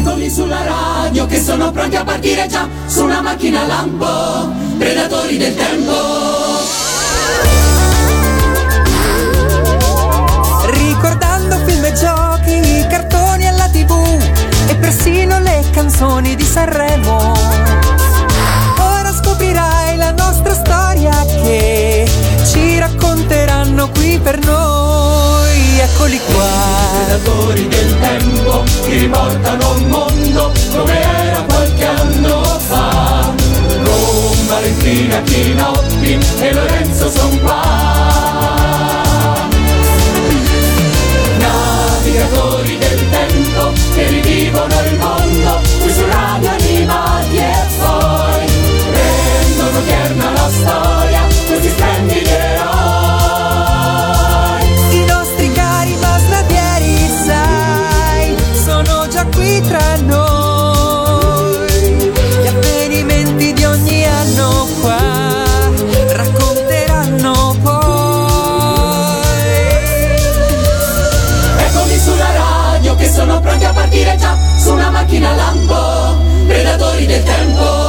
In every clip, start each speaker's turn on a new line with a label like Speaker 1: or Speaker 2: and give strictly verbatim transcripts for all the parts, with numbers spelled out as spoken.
Speaker 1: Eccoli sulla radio che sono pronti a partire già su una macchina lampo, predatori del tempo.
Speaker 2: Ricordando film e giochi, cartoni alla tivù e persino le canzoni di Sanremo. Ora scoprirai la nostra storia che ci racconteranno qui per noi. Eccoli qua,
Speaker 1: predatori del tempo che riportano un mondo come era qualche anno fa. Con Valentina Chinotti e Lorenzo son qua. Navigatori del tempo che rivivono il mondo qui su Radio Animati e poi rendono odierna la storia questi splendidi eroi.
Speaker 2: I nostri cari masnadieri, sai, sono già qui tra noi. Gli avvenimenti di ogni anno qua racconteranno poi.
Speaker 1: Eccoli sulla radio che sono pronti a partire già su una macchina lampo, predatori del tempo.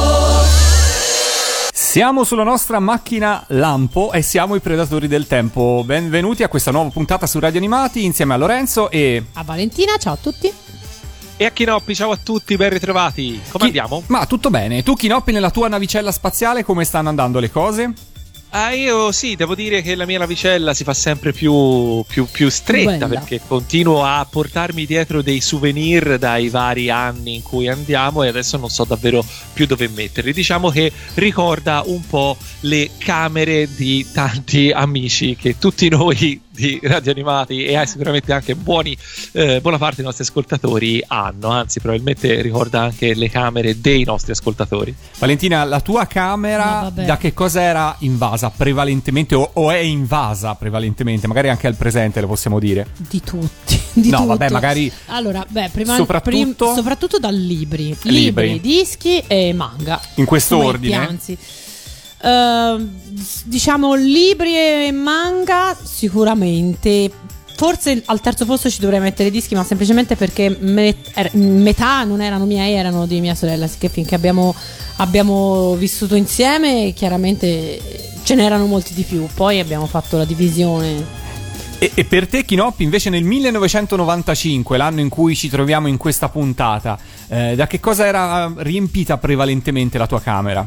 Speaker 3: Siamo sulla nostra macchina lampo e siamo i predatori del tempo. Benvenuti a questa nuova puntata su Radio Animati insieme a Lorenzo e
Speaker 4: a Valentina. Ciao a tutti.
Speaker 5: E a Chinoppi, ciao a tutti, ben ritrovati. Come
Speaker 3: Chi...
Speaker 5: andiamo?
Speaker 3: Ma tutto bene. Tu Chinoppi nella tua navicella spaziale come stanno andando le cose?
Speaker 5: Ah, io sì, devo dire che la mia navicella si fa sempre più, più, più stretta,
Speaker 4: Bella.
Speaker 5: perché continuo a portarmi dietro dei souvenir dai vari anni in cui andiamo e adesso non so davvero più dove metterli. Diciamo che ricorda un po' le camere di tanti amici che tutti noi di Radio Animati e sicuramente anche buoni, eh, buona parte dei nostri ascoltatori hanno, anzi probabilmente ricorda anche le camere dei nostri ascoltatori.
Speaker 3: Valentina, la tua camera
Speaker 4: No, vabbè.
Speaker 3: da che cosa era invasa prevalentemente o, o è invasa prevalentemente? Magari anche al presente lo possiamo dire.
Speaker 4: Di tutti. Di
Speaker 3: No,
Speaker 4: tutto.
Speaker 3: vabbè, magari
Speaker 4: Allora, beh, prima
Speaker 3: soprattutto-
Speaker 4: prim- soprattutto dal libri.
Speaker 3: Libri.
Speaker 4: Libri, dischi e manga.
Speaker 3: in questo
Speaker 4: Come
Speaker 3: ordine.
Speaker 4: Anzi, eh, diciamo libri e manga sicuramente. Forse al terzo posto ci dovrei mettere i dischi, ma semplicemente perché me- er- metà non erano miei, erano di mia sorella. Che finché abbiamo, abbiamo vissuto insieme, chiaramente ce n'erano molti di più. Poi abbiamo fatto la divisione.
Speaker 3: E, e per te Chinoppi invece nel millenovecentonovantacinque, l'anno in cui ci troviamo in questa puntata, eh, da che cosa era riempita prevalentemente la tua camera?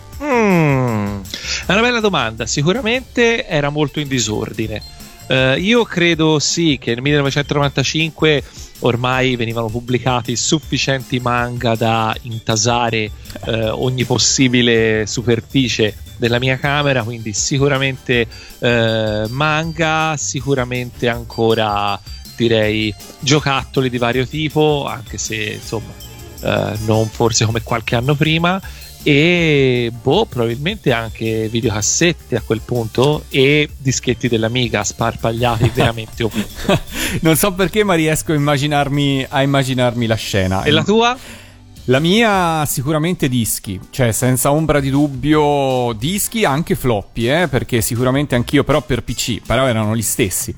Speaker 5: Mm, è una bella domanda. Sicuramente era molto in disordine. Uh, io credo sì che nel millenovecentonovantacinque ormai venivano pubblicati sufficienti manga da intasare uh, ogni possibile superficie della mia camera, quindi sicuramente uh, manga, sicuramente ancora direi giocattoli di vario tipo, anche se insomma uh, non forse come qualche anno prima. E boh, probabilmente anche videocassette a quel punto e dischetti dell'Amiga sparpagliati veramente ovunque.
Speaker 3: Non so perché, ma riesco a immaginarmi, a immaginarmi la scena.
Speaker 5: E la tua?
Speaker 3: La mia sicuramente dischi, cioè senza ombra di dubbio dischi, anche floppy, eh, perché sicuramente anch'io, però per P C, però erano gli stessi,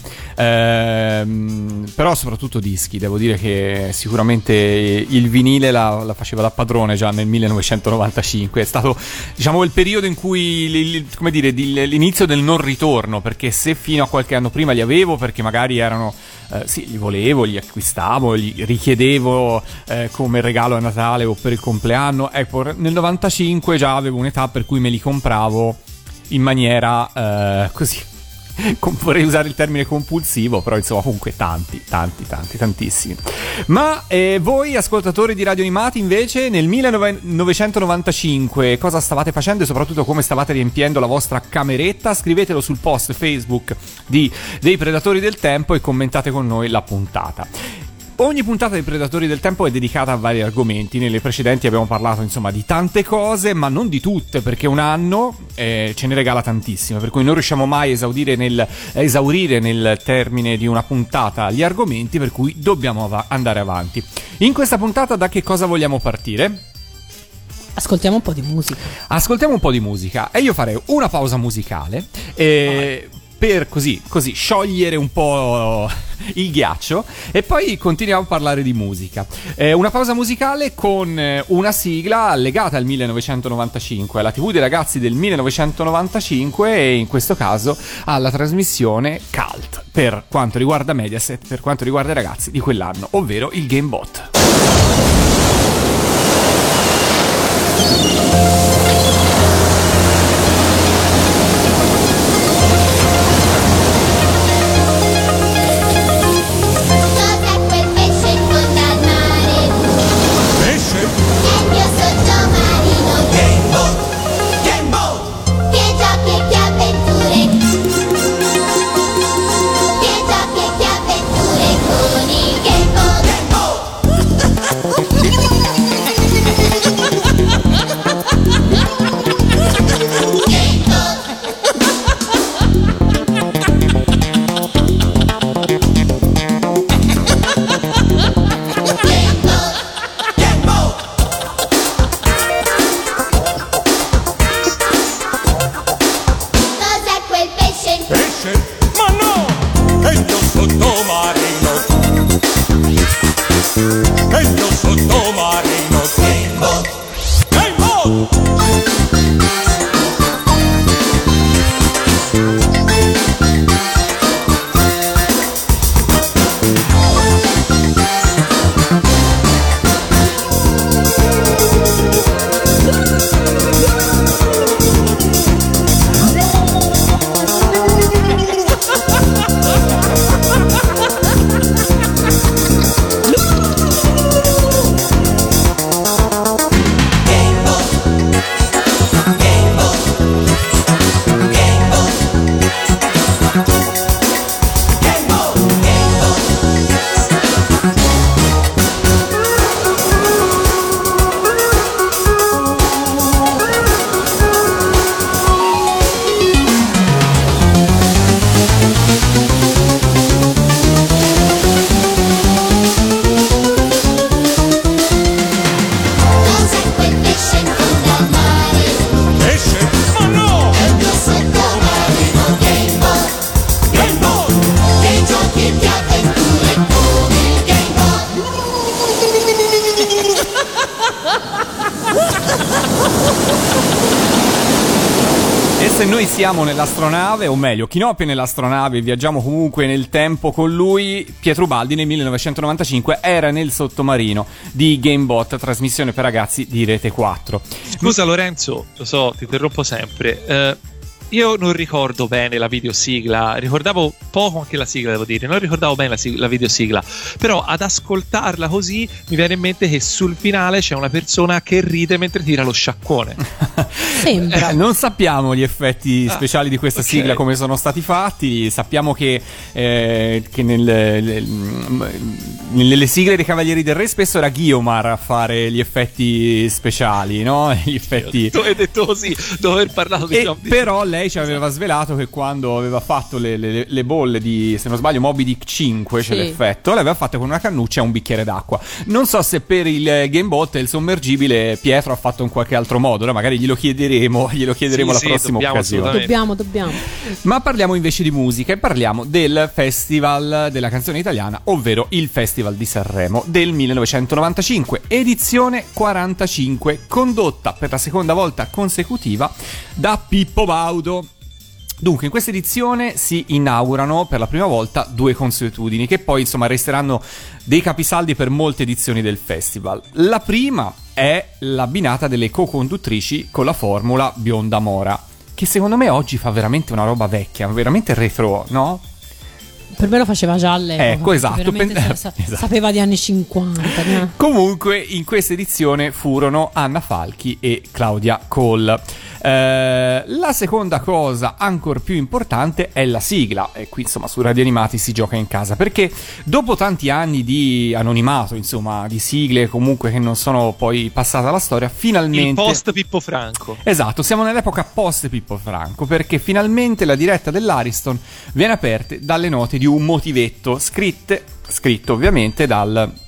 Speaker 3: ehm, però soprattutto dischi. Devo dire che sicuramente il vinile la, la faceva da padrone già nel millenovecentonovantacinque, è stato diciamo il periodo in cui, come dire, l'inizio del non ritorno, perché se fino a qualche anno prima li avevo perché magari erano, eh, sì, li volevo, li acquistavo, li richiedevo eh, come regalo a Natale o per il compleanno, ecco, nel novantacinque già avevo un'età per cui me li compravo in maniera eh, così, vorrei usare il termine compulsivo, però insomma comunque tanti, tanti, tanti, tantissimi. Ma eh, voi ascoltatori di Radio Animati invece nel millenovecentonovantacinque cosa stavate facendo e soprattutto come stavate riempiendo la vostra cameretta? Scrivetelo sul post Facebook di dei Predatori del Tempo e commentate con noi la puntata. Ogni puntata dei Predatori del Tempo è dedicata a vari argomenti. Nelle precedenti abbiamo parlato insomma di tante cose, ma non di tutte, perché un anno eh, ce ne regala tantissime, per cui non riusciamo mai a esaurire nel, a esaurire nel termine di una puntata gli argomenti, per cui dobbiamo av- andare avanti. In questa puntata da che cosa vogliamo partire?
Speaker 4: Ascoltiamo un po' di musica.
Speaker 3: Ascoltiamo un po' di musica e io farei una pausa musicale e... per così, così sciogliere un po' il ghiaccio, e poi continuiamo a parlare di musica. Eh, una pausa musicale con eh, una sigla legata al millenovecentonovantacinque, alla tivù dei ragazzi del millenovecentonovantacinque, e in questo caso alla trasmissione Cult per quanto riguarda Mediaset, per quanto riguarda i ragazzi di quell'anno, ovvero il Gamebot. Se noi siamo nell'astronave, o meglio, Chinoppi è nell'astronave, viaggiamo comunque nel tempo con lui, Pietro Ubaldi nel millenovecentonovantacinque era nel sottomarino di Gamebot, trasmissione per ragazzi di Rete quattro.
Speaker 5: Scusa Lorenzo, lo so, ti interrompo sempre. Eh, io non ricordo bene la videosigla, ricordavo poco anche la sigla, devo dire, non ricordavo bene la, sig- la videosigla, però ad ascoltarla così mi viene in mente che sul finale c'è una persona che ride mentre tira lo sciacquone.
Speaker 4: Sembra.
Speaker 3: Eh, non sappiamo gli effetti speciali ah, di questa okay. sigla come sono stati fatti, sappiamo che, eh, che nel, le, nelle sigle dei Cavalieri del Re spesso era Guiomar a fare gli effetti speciali, no? Gli effetti...
Speaker 5: Tu hai detto così, dopo aver parlato di
Speaker 3: e però lei ci aveva svelato che quando aveva fatto le, le, le bolle di, se non sbaglio, Moby Dick cinque, c'è sì. l'effetto, l'aveva fatto con una cannuccia e un bicchiere d'acqua. Non so se per il Gamebot e il sommergibile Pietro ha fatto in qualche altro modo, no? Magari glielo chiederemo, glielo chiederemo
Speaker 5: sì,
Speaker 3: alla
Speaker 5: sì,
Speaker 3: prossima
Speaker 5: dobbiamo,
Speaker 3: occasione.
Speaker 4: Dobbiamo, dobbiamo.
Speaker 3: Ma parliamo invece di musica e parliamo del Festival della canzone italiana, ovvero il Festival di Sanremo del millenovecentonovantacinque, edizione quarantacinque, condotta per la seconda volta consecutiva da Pippo Baudo. Dunque, in questa edizione si inaugurano per la prima volta due consuetudini che poi insomma resteranno dei capisaldi per molte edizioni del festival. La prima è l'abbinata delle co-conduttrici con la formula Bionda Mora, che secondo me oggi fa veramente una roba vecchia, veramente retro, no?
Speaker 4: Per me lo faceva già all'epoca.
Speaker 3: Ecco, esatto.
Speaker 4: Pen- sa- esatto. Sapeva di anni cinquanta. No?
Speaker 3: Comunque, in questa edizione furono Anna Falchi e Claudia Cole. Eh, la seconda cosa, ancor più importante, è la sigla. E qui, insomma, su Radio Animati si gioca in casa. Perché dopo tanti anni di anonimato, insomma, di sigle comunque che non sono poi passate alla storia, finalmente...
Speaker 5: Il post Pippo Franco.
Speaker 3: Esatto, siamo nell'epoca post Pippo Franco, perché finalmente la diretta dell'Ariston viene aperta dalle note di un motivetto scritte, scritto ovviamente dal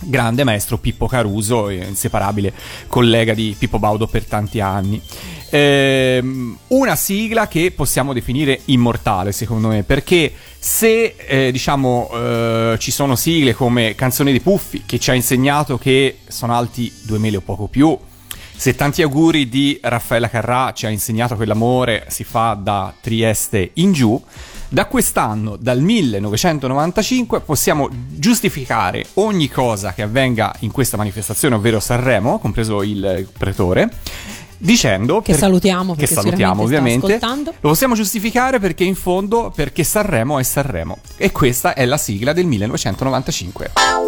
Speaker 3: grande maestro Pippo Caruso, inseparabile collega di Pippo Baudo per tanti anni. Ehm, una sigla che possiamo definire immortale, secondo me, perché se eh, diciamo eh, ci sono sigle come Canzone dei Puffi, che ci ha insegnato che sono alti due mele o poco più, se Tanti auguri di Raffaella Carrà ci ha insegnato che l'amore si fa da Trieste in giù, da quest'anno, dal millenovecentonovantacinque, possiamo giustificare ogni cosa che avvenga in questa manifestazione, ovvero Sanremo, compreso il pretore, dicendo
Speaker 4: che
Speaker 3: per...
Speaker 4: salutiamo,
Speaker 3: che salutiamo ovviamente, lo possiamo giustificare perché in fondo perché Sanremo è Sanremo, e questa è la sigla del millenovecentonovantacinque.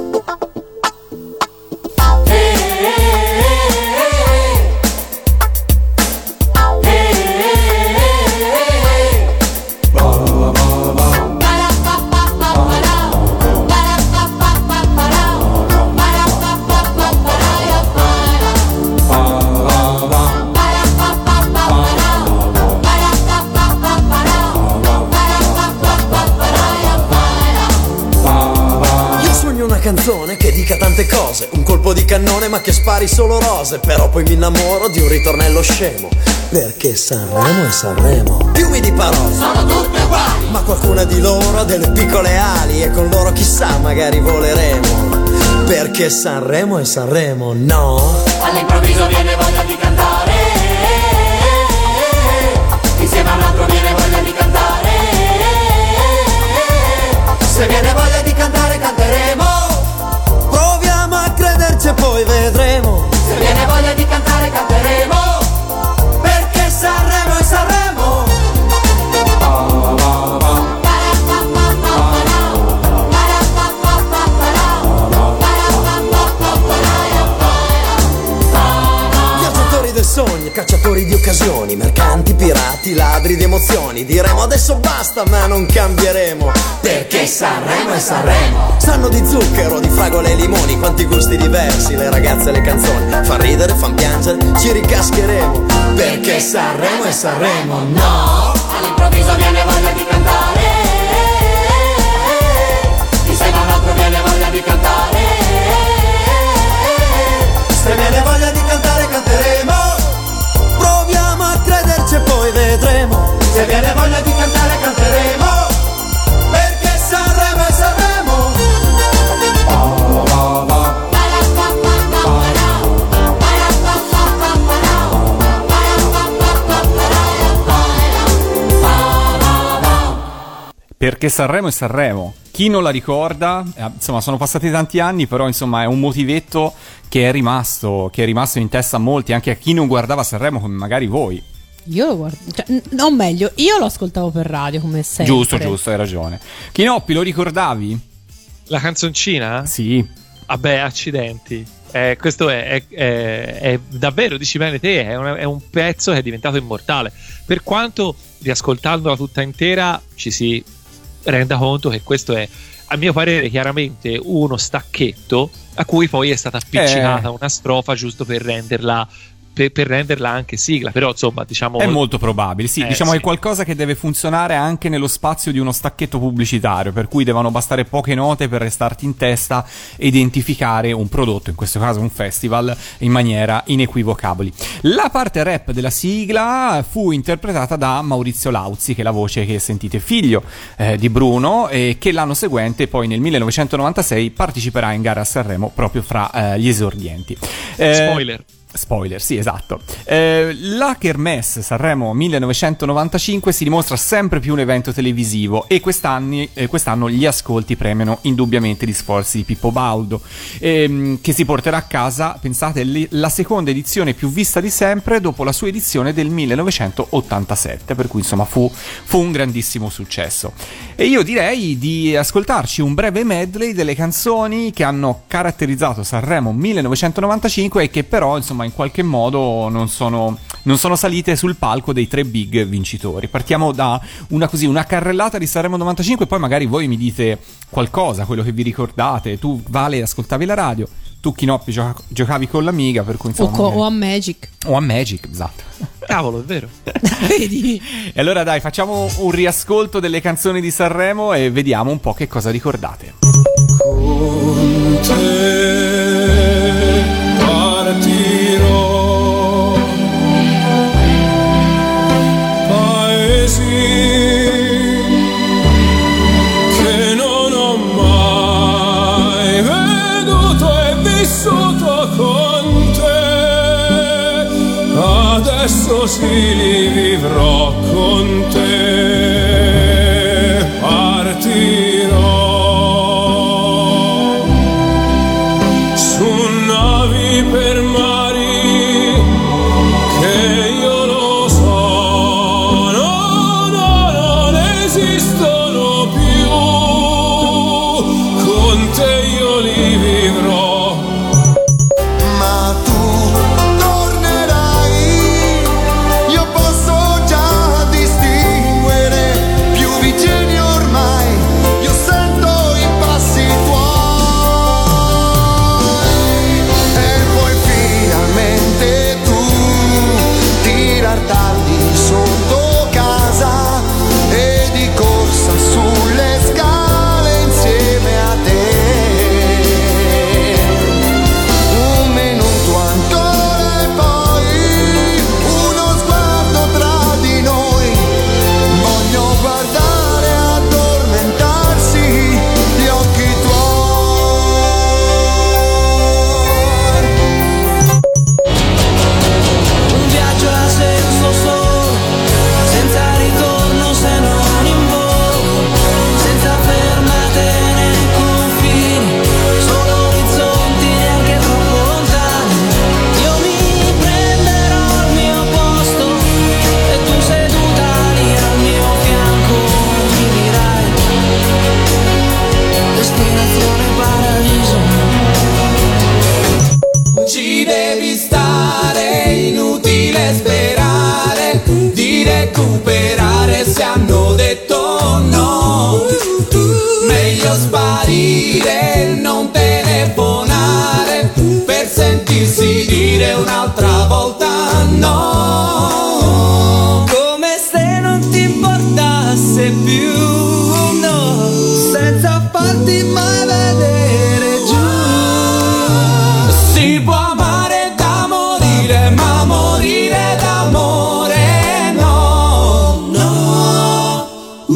Speaker 6: Canzone che dica tante cose, un colpo di cannone ma che spari solo rose, però poi mi innamoro di un ritornello scemo, perché Sanremo è Sanremo. Fiumi di parole sono tutte uguali, ma qualcuna di loro ha delle piccole ali e con loro chissà magari voleremo, perché Sanremo è Sanremo, no?
Speaker 1: All'improvviso viene voglia di cantare, insieme a un altro viene voglia di cantare, se viene voglia di cantare canteremo,
Speaker 6: e poi vedremo.
Speaker 1: Se viene voglia di cantare canteremo, perché Sanremo è Sanremo.
Speaker 6: Viaggiatori del sogno, cacciatori di occasioni, mercanti, pirati, ladri di emozioni. Diremo adesso basta ma non cambieremo, perché Sanremo è Sanremo. Sanno di zucchero, di fragole e limoni, quanti gusti diversi, le ragazze e le canzoni. Fan ridere, fan piangere, ci ricascheremo, perché Sanremo è Sanremo, no?
Speaker 1: All'improvviso viene voglia di cantare, insieme a un altro viene voglia di cantare,
Speaker 6: se viene voglia di cantare canteremo, proviamo a crederci e poi vedremo.
Speaker 1: Se viene voglia di cantare canteremo, perché Sanremo è Sanremo.
Speaker 3: Perché Sanremo è Sanremo. Chi non la ricorda, eh, insomma, sono passati tanti anni, però insomma è un motivetto che è rimasto, che è rimasto in testa a molti, anche a chi non guardava Sanremo come magari voi.
Speaker 4: Io lo guardo, cioè, o meglio, io lo ascoltavo per radio come sempre.
Speaker 3: Giusto, giusto, hai ragione. Chinoppi, lo ricordavi?
Speaker 5: La canzoncina?
Speaker 3: Sì.
Speaker 5: Vabbè, accidenti. Eh, questo è, è, è, è davvero, dici bene te, è, una, è un pezzo che è diventato immortale. Per quanto, riascoltandola tutta intera, ci si renda conto che questo è, a mio parere, chiaramente uno stacchetto a cui poi è stata appiccicata eh. una strofa giusto per renderla Per, per renderla anche sigla, però insomma diciamo
Speaker 3: è molto probabile, sì,
Speaker 5: eh,
Speaker 3: diciamo
Speaker 5: sì.
Speaker 3: che è qualcosa che deve funzionare anche nello spazio di uno stacchetto pubblicitario, per cui devono bastare poche note per restarti in testa e identificare un prodotto, in questo caso un festival, in maniera inequivocabile. La parte rap della sigla fu interpretata da Maurizio Lauzi, che è la voce che sentite, figlio eh, di Bruno, e che l'anno seguente, poi nel millenovecentonovantasei, parteciperà in gara a Sanremo proprio fra eh, gli esordienti. Eh,
Speaker 5: Spoiler.
Speaker 3: Spoiler, sì, esatto. Eh, la Kermesse Sanremo millenovecentonovantacinque si dimostra sempre più un evento televisivo e quest'anni, eh, quest'anno gli ascolti premiano indubbiamente gli sforzi di Pippo Baudo, ehm, che si porterà a casa, pensate, li, la seconda edizione più vista di sempre dopo la sua edizione del millenovecentottantasette, per cui insomma fu, fu un grandissimo successo. E io direi di ascoltarci un breve medley delle canzoni che hanno caratterizzato Sanremo millenovecentonovantacinque e che però insomma in qualche modo non sono, non sono salite sul palco dei tre big vincitori. Partiamo da una così, una carrellata di Sanremo novantacinque, poi magari voi mi dite qualcosa, quello che vi ricordate. Tu, Vale, ascoltavi la radio, tu, Chinoppi, gioca- giocavi con l'amiga, per cui insomma,
Speaker 4: o, co- o a Magic
Speaker 3: o a Magic, esatto.
Speaker 5: Cavolo, è vero.
Speaker 4: Vedi?
Speaker 3: E allora dai, facciamo un riascolto delle canzoni di Sanremo e vediamo un po' che cosa ricordate.
Speaker 6: Con te
Speaker 7: vissuto con te, adesso sì li vivrò con te, partirò su navi per mari che io lo so, no, no, non esistono più, con te io li vivrò.
Speaker 6: Ma tu tornerai, io posso già distinguere, più vicini ormai, io sento i passi tuoi, e poi finalmente tu tirar tardi sotto casa e di corsa sulle scale insieme a te. Un minuto ancora e poi uno sguardo tra di noi, voglio guardare addormentarsi gli occhi tuoi.
Speaker 2: Un viaggio a senso solo, senza ritorno se non in volo, senza fermate né confini, solo orizzonti neanche troppo lontani. Io mi prenderò al mio posto e tu seduta lì al mio fianco mi dirai destinazione paradiso. Ci devi stare, inutile sperare di recuperare se hanno detto no. Meglio sparire, non telefonare per sentirsi dire un'altra volta no. Come se non ti importasse più, no, senza farti mai vedere giù. Si può amare da morire, ma morire d'amore no, no.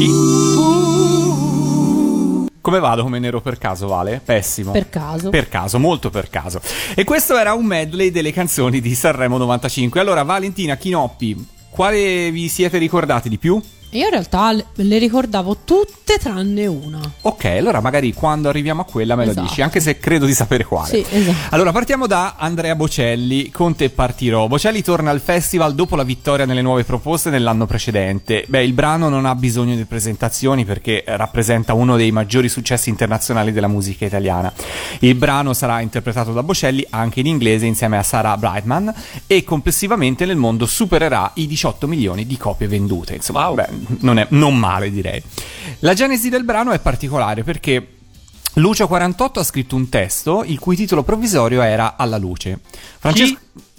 Speaker 3: Come vado come nero per caso, Vale? Pessimo.
Speaker 4: Per caso.
Speaker 3: Per caso, molto per caso. E questo era un medley delle canzoni di Sanremo novantacinque. Allora, Valentina, Chinoppi, quale vi siete ricordati di più?
Speaker 4: Io in realtà le- le ricordavo tutte tranne una.
Speaker 3: Ok, allora magari quando arriviamo a quella me lo
Speaker 4: Esatto.
Speaker 3: dici, anche se credo di sapere quale.
Speaker 4: Sì, esatto.
Speaker 3: Allora partiamo da Andrea Bocelli, Con te partirò. Bocelli torna al festival dopo la vittoria nelle nuove proposte nell'anno precedente. Beh, il brano non ha bisogno di presentazioni perché rappresenta uno dei maggiori successi internazionali della musica italiana. Il brano sarà interpretato da Bocelli anche in inglese insieme a Sarah Brightman e complessivamente nel mondo supererà i diciotto milioni di copie vendute. Insomma,
Speaker 5: Wow.
Speaker 3: beh, non è non male, direi. La genesi del brano è particolare perché Lucio quarantotto ha scritto un testo il cui titolo provvisorio era Alla luce. Francesco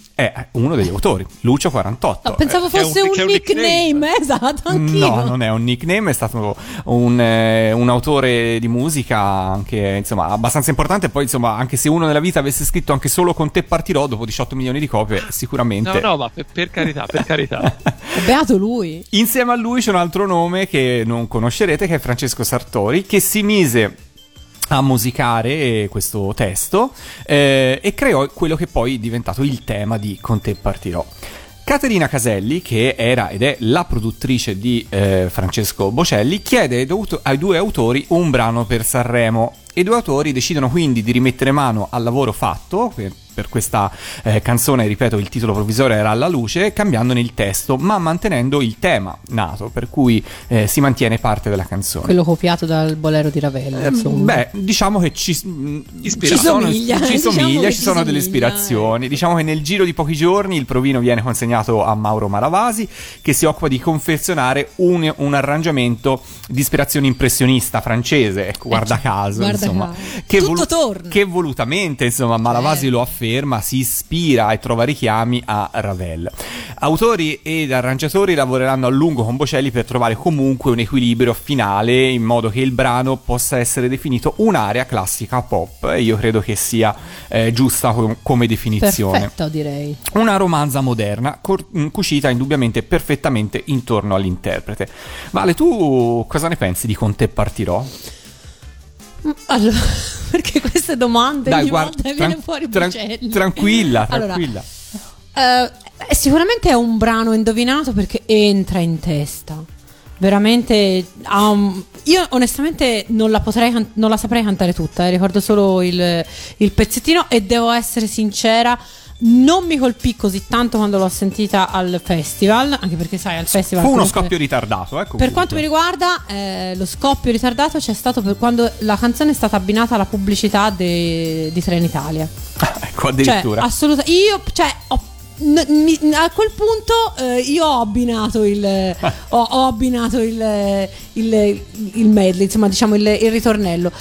Speaker 3: è uno degli autori, Lucio quarantotto.
Speaker 4: No, pensavo
Speaker 5: È- è
Speaker 4: fosse
Speaker 5: un-
Speaker 4: un,
Speaker 5: che è un
Speaker 4: nickname,
Speaker 5: nickname.
Speaker 4: esatto, anch'io.
Speaker 3: No, non è un nickname, è stato un, eh, un autore di musica anche, insomma, abbastanza importante. Poi, insomma, anche se uno nella vita avesse scritto anche solo Con te partirò dopo diciotto milioni di copie, sicuramente.
Speaker 5: No, no, ma per, per carità, per carità.
Speaker 4: Beato lui.
Speaker 3: Insieme a lui c'è un altro nome che non conoscerete, che è Francesco Sartori, che si mise a musicare questo testo eh, e creò quello che poi è diventato il tema di Con te partirò. Caterina Caselli, che era ed è la produttrice di eh, Francesco Bocelli, chiede ai, do- ai due autori un brano per Sanremo. E i due autori decidono quindi di rimettere mano al lavoro fatto per, per questa eh, canzone, ripeto, il titolo provvisorio era Alla luce, cambiandone il testo ma mantenendo il tema nato, per cui eh, si mantiene parte della canzone.
Speaker 4: Quello copiato dal bolero di Ravelli,
Speaker 3: Eh,
Speaker 4: insomma.
Speaker 3: Beh, diciamo che ci, mh,
Speaker 5: Ispira-
Speaker 3: ci sono,
Speaker 4: Ci somiglia,
Speaker 3: ci,
Speaker 4: diciamo
Speaker 3: somiglia,
Speaker 4: che
Speaker 3: ci
Speaker 4: ci
Speaker 3: sono delle
Speaker 4: somiglia,
Speaker 3: ispirazioni.
Speaker 4: ecco.
Speaker 3: Diciamo che nel giro di pochi giorni il provino viene consegnato a Mauro Maravasi, che si occupa di confezionare un, un arrangiamento di ispirazione impressionista francese, ecco, guarda
Speaker 4: cioè,
Speaker 3: caso,
Speaker 4: guarda
Speaker 3: insomma,
Speaker 4: caso.
Speaker 3: che,
Speaker 4: Tutto torna.
Speaker 3: che volutamente, insomma, Maravasi
Speaker 4: Eh.
Speaker 3: lo afferma, si ispira e trova richiami a Ravel. Autori ed arrangiatori lavoreranno a lungo con Bocelli per trovare comunque un equilibrio finale in modo che il brano possa essere definito un'area classica pop, e io credo che sia eh, giusta com- come definizione.
Speaker 4: Perfetto, direi.
Speaker 3: Una romanza moderna, cor- mh, cucita indubbiamente perfettamente intorno all'interprete. Vale, tu cosa ne pensi di Con te partirò?
Speaker 4: Allora, perché queste domande
Speaker 3: Dai,
Speaker 4: ogni
Speaker 3: guarda,
Speaker 4: volta
Speaker 3: tran-
Speaker 4: viene fuori
Speaker 3: tran-
Speaker 4: Bucelli.
Speaker 3: tranquilla,
Speaker 4: Allora,
Speaker 3: tranquilla.
Speaker 4: eh, sicuramente è un brano indovinato perché entra in testa. Veramente ha un- io onestamente non la potrei can- non la saprei cantare tutta, eh, ricordo solo il, il pezzettino e devo essere sincera, non mi colpì così tanto quando l'ho sentita al festival, anche perché sai al festival
Speaker 3: Fu uno
Speaker 4: comunque-
Speaker 3: scoppio ritardato, eh,
Speaker 4: per
Speaker 3: comunque.
Speaker 4: quanto mi riguarda, eh, lo scoppio ritardato c'è stato per quando la canzone è stata abbinata alla pubblicità de- di Trenitalia.
Speaker 3: Ecco, addirittura.
Speaker 4: Cioè, assolutamente. Io, cioè, ho- n- mi- a quel punto eh, io ho abbinato il ho, ho abbinato il, il, il medley, insomma, diciamo il, il ritornello.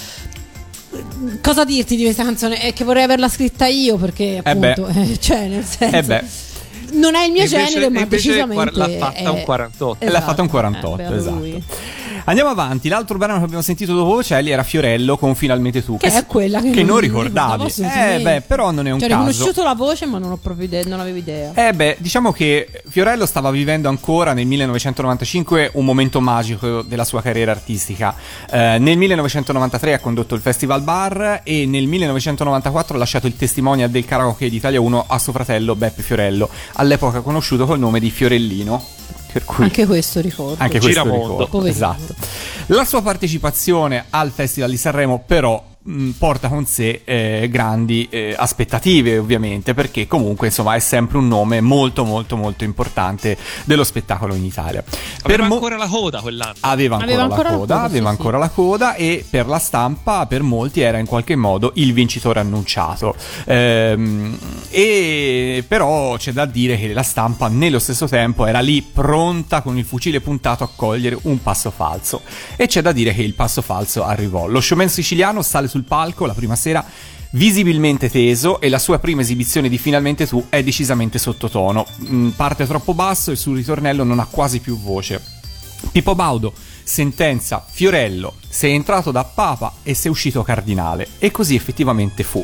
Speaker 4: Cosa dirti di questa canzone? È che vorrei averla scritta io perché appunto, eh, cioè nel senso
Speaker 3: Eh beh.
Speaker 4: non è il mio
Speaker 5: Invece-
Speaker 4: genere, ma
Speaker 5: invece
Speaker 4: decisamente
Speaker 5: l'ha fatta
Speaker 4: è-
Speaker 5: un quarantotto.
Speaker 3: E l'ha fatta un
Speaker 4: Esatto,
Speaker 3: quarantotto,
Speaker 4: eh, beato
Speaker 3: esatto.
Speaker 4: lui.
Speaker 3: Andiamo avanti. L'altro brano che abbiamo sentito dopo Bocelli era Fiorello con Finalmente tu.
Speaker 4: Che è quella che
Speaker 3: che
Speaker 4: non
Speaker 3: non
Speaker 4: mi
Speaker 3: ricordavi.
Speaker 4: ricordavo
Speaker 3: Eh
Speaker 4: assolutamente.
Speaker 3: beh, però non è un
Speaker 4: Cioè, ho
Speaker 3: caso.
Speaker 4: riconosciuto la voce, ma non ho proprio idea, non avevo idea.
Speaker 3: Eh beh, diciamo che Fiorello stava vivendo ancora nel millenovecentonovantacinque un momento magico della sua carriera artistica. Eh, nel millenovecentonovantatré ha condotto il Festival Bar e nel millenovecentonovantaquattro ha lasciato il testimonial del karaoke di Italia uno a suo fratello Beppe Fiorello, all'epoca conosciuto col nome di Fiorellino. Per cui
Speaker 4: Anche questo ricordo.
Speaker 3: anche questo
Speaker 5: Giramondo.
Speaker 3: ricordo.
Speaker 4: Poverino.
Speaker 3: Esatto. La sua partecipazione al Festival di Sanremo però mh, porta con sé eh, grandi eh, aspettative, ovviamente, perché comunque insomma è sempre un nome molto molto molto importante dello spettacolo in Italia.
Speaker 5: Aveva
Speaker 3: mo-
Speaker 5: ancora la coda quell'anno.
Speaker 3: Aveva ancora,
Speaker 4: Aveva ancora
Speaker 3: la
Speaker 4: la
Speaker 3: coda,
Speaker 4: coda,
Speaker 3: aveva
Speaker 4: sì,
Speaker 3: ancora la coda e per la stampa, per molti era in qualche modo il vincitore annunciato. Ehm, e però c'è da dire che la stampa nello stesso tempo era lì pronta con il fucile puntato a cogliere un passo falso. E c'è da dire che il passo falso arrivò. Lo showman siciliano sale sul palco la prima sera visibilmente teso e la sua prima esibizione di Finalmente tu è decisamente sottotono. Mm, parte troppo basso e sul ritornello non ha quasi più voce. Pippo Baudo sentenza Fiorello: sei entrato da Papa e sei uscito cardinale. E così effettivamente fu.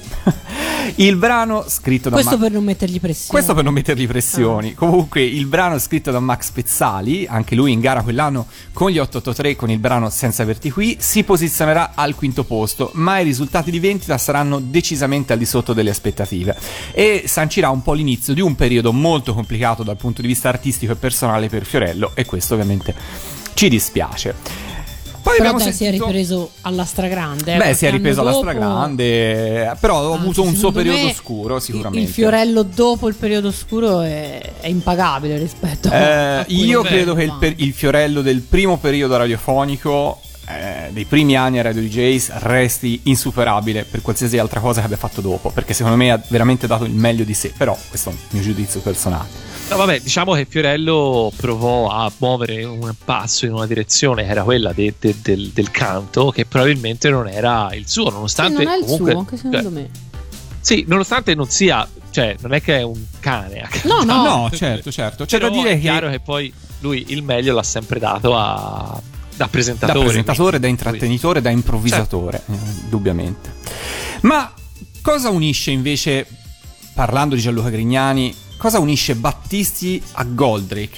Speaker 3: Il brano scritto da
Speaker 4: Questo
Speaker 3: Ma-
Speaker 4: per non mettergli pressione.
Speaker 3: questo per non mettergli pressioni. Comunque il brano scritto da Max Pezzali, anche lui in gara quell'anno con gli otto otto tre con il brano Senza averti qui, si posizionerà al quinto posto, ma i risultati di vendita saranno decisamente al di sotto delle aspettative e sancirà un po' l'inizio di un periodo molto complicato dal punto di vista artistico e personale per Fiorello, e questo ovviamente ci dispiace. Poi
Speaker 4: Però
Speaker 3: abbiamo
Speaker 4: dai, si è
Speaker 3: sentito...
Speaker 4: ripreso alla stragrande. eh,
Speaker 3: Beh, si è
Speaker 4: qualche
Speaker 3: ripreso
Speaker 4: anno
Speaker 3: alla
Speaker 4: dopo.
Speaker 3: stragrande, però ha
Speaker 4: Anzi,
Speaker 3: avuto un suo
Speaker 4: secondo
Speaker 3: periodo
Speaker 4: me
Speaker 3: scuro
Speaker 4: il-
Speaker 3: sicuramente.
Speaker 4: Il Fiorello dopo il periodo scuro è, è impagabile rispetto
Speaker 3: Eh,
Speaker 4: a quello
Speaker 3: io
Speaker 4: che
Speaker 3: credo che il,
Speaker 4: fa.
Speaker 3: per- il Fiorello del primo periodo radiofonico, eh, dei primi anni a Radio D Js, resti insuperabile per qualsiasi altra cosa che abbia fatto dopo, perché secondo me ha veramente dato il meglio di sé, però questo è un mio giudizio personale.
Speaker 5: No, vabbè, diciamo che Fiorello provò a muovere un passo in una direzione che era quella de- de- del, del canto, che probabilmente non era il suo,
Speaker 4: Sì,
Speaker 5: nonostante
Speaker 4: non è il
Speaker 5: comunque,
Speaker 4: suo, anche secondo
Speaker 5: cioè,
Speaker 4: me.
Speaker 5: sì, nonostante non sia, cioè, non è che è un cane a
Speaker 4: No, no.
Speaker 3: No, certo, certo. C'è
Speaker 5: Però
Speaker 3: da dire
Speaker 5: è
Speaker 3: che
Speaker 5: chiaro che poi lui il meglio l'ha sempre dato a da presentatore,
Speaker 3: da presentatore, da
Speaker 5: quindi-
Speaker 3: intrattenitore, da improvvisatore, eh, indubbiamente. Ma cosa unisce invece, parlando di Gianluca Grignani, cosa unisce Battisti a Goldrake?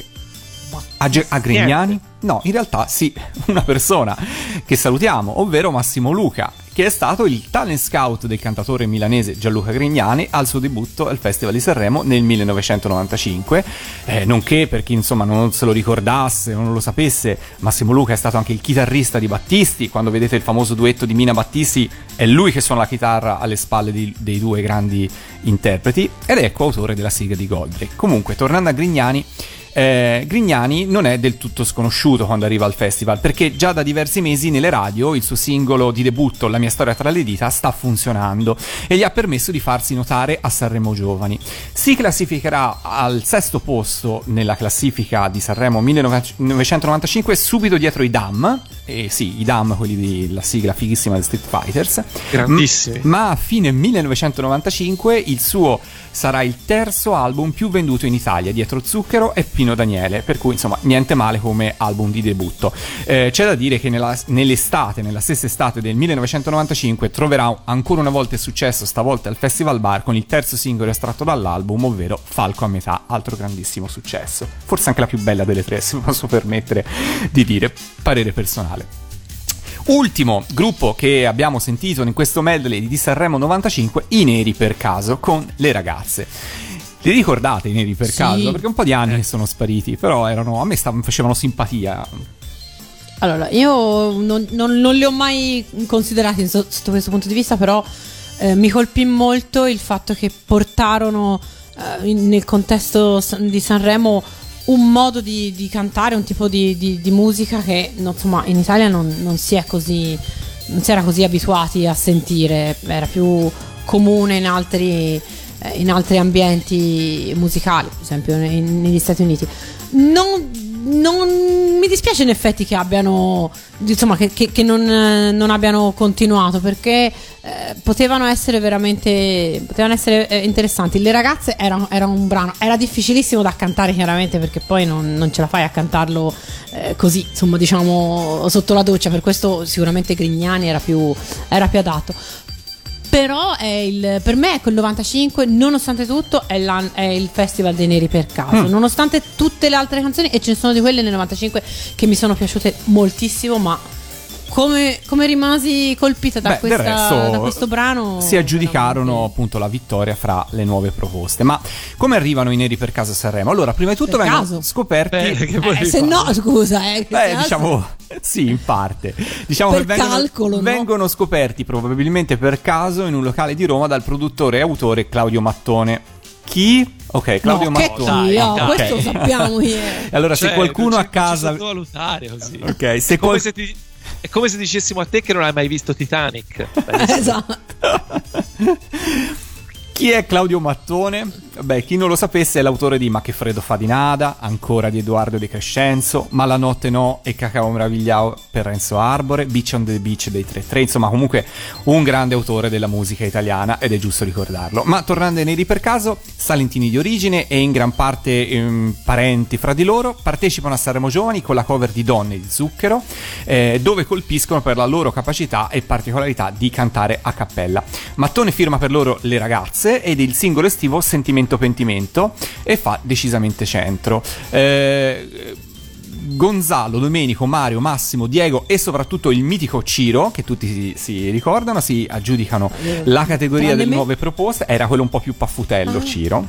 Speaker 3: A, Ge- a Grignani?
Speaker 5: Niente.
Speaker 3: No, in realtà sì, una persona che salutiamo, ovvero Massimo Luca, che è stato il talent scout del cantatore milanese Gianluca Grignani al suo debutto al Festival di Sanremo nel millenovecentonovantacinque, eh, nonché, per chi insomma non se lo ricordasse o non lo sapesse, Massimo Luca è stato anche il chitarrista di Battisti. Quando vedete il famoso duetto di Mina Battisti è lui che suona la chitarra alle spalle di- dei due grandi interpreti ed è coautore della sigla di Goldrake. Comunque, tornando a Grignani, Eh, Grignani non è del tutto sconosciuto quando arriva al festival, perché già da diversi mesi nelle radio il suo singolo di debutto La mia storia tra le dita sta funzionando e gli ha permesso di farsi notare a Sanremo Giovani. Si classificherà al sesto posto nella classifica di Sanremo millenovecentonovantacinque, subito dietro i Dam, e sì, i Dam, quelli della sigla fighissima di Street Fighters,
Speaker 5: Grandissimi.
Speaker 3: M- ma a fine millenovecentonovantacinque il suo sarà il terzo album più venduto in Italia, dietro Zucchero e Pino Daniele, per cui insomma niente male come album di debutto. Eh, c'è da dire che nella, nell'estate, nella stessa estate del millenovecentonovantacinque troverà ancora una volta il successo, stavolta al Festival Bar, con il terzo singolo estratto dall'album, ovvero Falco a metà, altro grandissimo successo, forse anche la più bella delle tre, se posso permettere di dire, parere personale. Ultimo gruppo che abbiamo sentito in questo medley di Sanremo novantacinque, i Neri per caso con Le ragazze. Li ricordate i Neri per
Speaker 4: Sì.
Speaker 3: caso? Perché un po' di anni che sono spariti, però erano, a me stavano, facevano simpatia.
Speaker 4: Allora, io non, non- non li ho mai considerati so- sotto questo punto di vista, però eh, mi colpì molto il fatto che portarono eh, in- nel contesto s- di Sanremo un modo di, di cantare, un tipo di, di- di musica che non- insomma in Italia non, non si è così, non si era così abituati a sentire, era più comune in altri, eh, in altri ambienti musicali, per esempio nei- negli Stati Uniti. Non, non mi dispiace in effetti che abbiano, insomma, che, che- che non, eh, non abbiano continuato, perché eh, potevano essere veramente, potevano essere eh, interessanti. Le ragazze era, era un brano, era difficilissimo da cantare chiaramente, perché poi non, non ce la fai a cantarlo eh, così, insomma, diciamo sotto la doccia, per questo sicuramente Grignani era più, era più adatto. Però è il, per me quel novantacinque, nonostante tutto, è, l'an- è il Festival dei Neri per caso.
Speaker 3: Mm.
Speaker 4: Nonostante tutte le altre canzoni, e ce ne sono di quelle nel novantacinque che mi sono piaciute moltissimo, ma come, come rimasi colpita da,
Speaker 3: Beh, del
Speaker 4: questa-
Speaker 3: resto
Speaker 4: da questo brano.
Speaker 3: si aggiudicarono
Speaker 4: veramente.
Speaker 3: appunto la vittoria fra le nuove proposte. Ma come arrivano i Neri per caso a Sanremo? Allora, prima di tutto
Speaker 4: Per
Speaker 3: vengono
Speaker 4: caso.
Speaker 3: scoperti.
Speaker 5: Beh, che
Speaker 4: Eh,
Speaker 5: volevi
Speaker 4: se
Speaker 5: fare?
Speaker 4: no, scusa, eh, che
Speaker 3: Beh,
Speaker 4: cazzo?
Speaker 3: diciamo sì, in parte. Diciamo
Speaker 4: Per
Speaker 3: che vengono,
Speaker 4: calcolo, no?
Speaker 3: vengono scoperti probabilmente per caso in un locale di Roma dal produttore e autore Claudio Mattone. Chi? Ok, Claudio
Speaker 4: No, che
Speaker 3: Mattone.
Speaker 4: chi? Oh,
Speaker 3: Ok.
Speaker 4: questo lo sappiamo ieri.
Speaker 3: E allora, se
Speaker 5: Cioè,
Speaker 3: qualcuno
Speaker 5: non
Speaker 3: a
Speaker 5: ci-
Speaker 3: casa.
Speaker 5: non ci sottovalutare così.
Speaker 3: Ok,
Speaker 5: È
Speaker 3: se
Speaker 5: come
Speaker 3: qual-
Speaker 5: se ti- è come se dicessimo a te che non hai mai visto Titanic.
Speaker 4: Esatto.
Speaker 3: Chi è Claudio Mattone? Beh, chi non lo sapesse è l'autore di Ma che freddo fa di Nada, ancora di Edoardo De Crescenzo, Ma la notte no e Cacao Meravigliao per Renzo Arbore, Beach on the Beach dei tre tre, insomma comunque un grande autore della musica italiana ed è giusto ricordarlo. Ma tornando ai Neri per caso, salentini di origine e in gran parte ehm, parenti fra di loro, partecipano a Sanremo Giovani con la cover di Donne di Zucchero, eh, dove colpiscono per la loro capacità e particolarità di cantare a cappella. Mattone firma per loro Le ragazze ed il singolo estivo Sentimento Pentimento e fa decisamente centro. Eh, Gonzalo, Domenico, Mario, Massimo, Diego e soprattutto il mitico Ciro, che tutti si, si ricordano, si aggiudicano la categoria
Speaker 4: Tranne
Speaker 3: delle
Speaker 4: me.
Speaker 3: nuove proposte. Era quello un po' più paffutello, Ciro.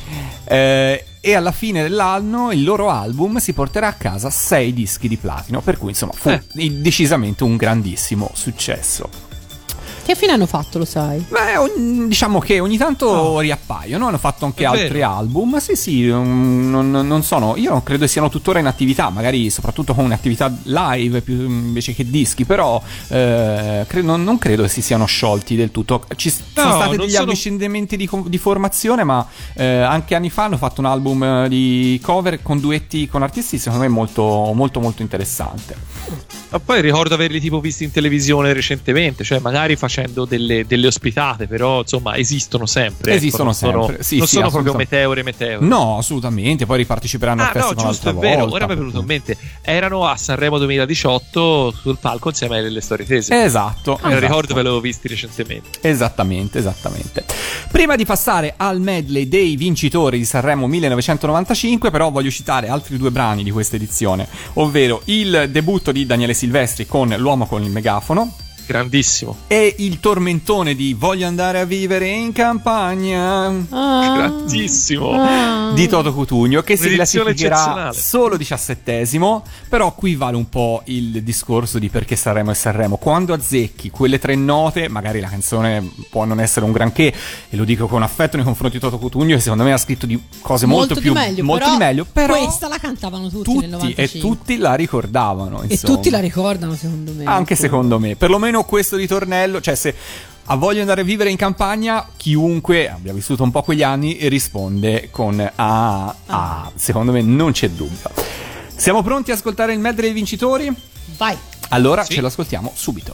Speaker 3: Eh, e alla fine dell'anno il loro album si porterà a casa sei dischi di platino, per cui insomma fu
Speaker 5: Eh.
Speaker 3: decisamente un grandissimo successo.
Speaker 4: Che fine hanno fatto, lo sai?
Speaker 3: Beh, ogni- diciamo che ogni tanto riappaiono, hanno fatto anche
Speaker 5: È
Speaker 3: altri
Speaker 5: vero.
Speaker 3: album. Sì, sì, um, non, non sono, io non credo siano tuttora in attività, magari soprattutto con un'attività live più invece che dischi, però eh, cre- non, non credo si siano sciolti del tutto. Ci s- sono
Speaker 5: No,
Speaker 3: stati
Speaker 5: non
Speaker 3: degli
Speaker 5: sono-
Speaker 3: avvicendamenti di, com- di formazione, ma eh, anche anni fa hanno fatto un album eh, di cover con duetti con artisti, secondo me molto, molto, molto interessante.
Speaker 5: Ma poi ricordo averli tipo visti in televisione recentemente, cioè magari facendo delle, delle ospitate, però insomma esistono sempre.
Speaker 3: Esistono
Speaker 5: ecco, non sono-
Speaker 3: sempre, sì,
Speaker 5: non
Speaker 3: sì,
Speaker 5: sono proprio
Speaker 3: assolutamente.
Speaker 5: meteore meteore.
Speaker 3: No, assolutamente, poi riparteciperanno
Speaker 5: Ah
Speaker 3: al
Speaker 5: no,
Speaker 3: festival
Speaker 5: giusto, è
Speaker 3: un'altra
Speaker 5: vero,
Speaker 3: volta.
Speaker 5: ora mi è venuto in mente. Erano a Sanremo duemiladiciotto sul palco insieme alle Storie Tese.
Speaker 3: Esatto,
Speaker 5: Me lo
Speaker 3: esatto.
Speaker 5: ricordo, ve l'avevo visti recentemente.
Speaker 3: Esattamente, esattamente. Prima di passare al medley dei vincitori di Sanremo millenovecentonovantacinque, però voglio citare altri due brani di questa edizione, ovvero il debutto di Daniele Silvestri con L'uomo con il megafono
Speaker 5: Grandissimo.
Speaker 3: e il tormentone di Voglio andare a vivere in campagna
Speaker 4: Ah.
Speaker 5: Grandissimo.
Speaker 4: Ah.
Speaker 3: di Toto Cutugno, che si
Speaker 5: Un'edizione
Speaker 3: classificherà
Speaker 5: eccezionale.
Speaker 3: solo diciassettesimo. Però qui vale un po' il discorso di perché Sanremo è Sanremo. Quando azzecchi quelle tre note, magari la canzone può non essere un granché, e lo dico con affetto nei confronti di Toto Cutugno, che secondo me ha scritto di cose molto,
Speaker 4: di
Speaker 3: più
Speaker 4: meglio,
Speaker 3: molto
Speaker 4: però
Speaker 3: di meglio, però
Speaker 4: questa la cantavano tutti, nel
Speaker 3: tutti
Speaker 4: novantacinque.
Speaker 3: e tutti la ricordavano,
Speaker 4: E
Speaker 3: insomma.
Speaker 4: tutti la ricordano, secondo me.
Speaker 3: Anche
Speaker 4: ecco.
Speaker 3: secondo me, perlomeno questo ritornello, cioè se ha voglia di andare a vivere in campagna, chiunque abbia vissuto un po' quegli anni risponde con ah, ah, secondo me non c'è dubbio. Siamo pronti a ascoltare il medley dei vincitori?
Speaker 4: Vai.
Speaker 3: Allora
Speaker 5: Sì.
Speaker 3: ce lo ascoltiamo subito.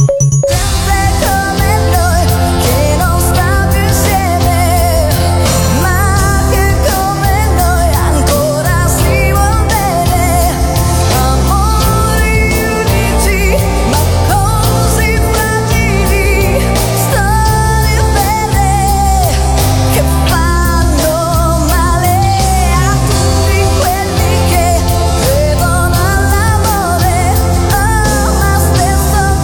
Speaker 8: Sempre come noi che non sta più insieme, ma che come noi ancora si vuol bene. Amori unici ma così fragili, storie belle che fanno male a tutti quelli che credono all'amore. Oh, ma stesso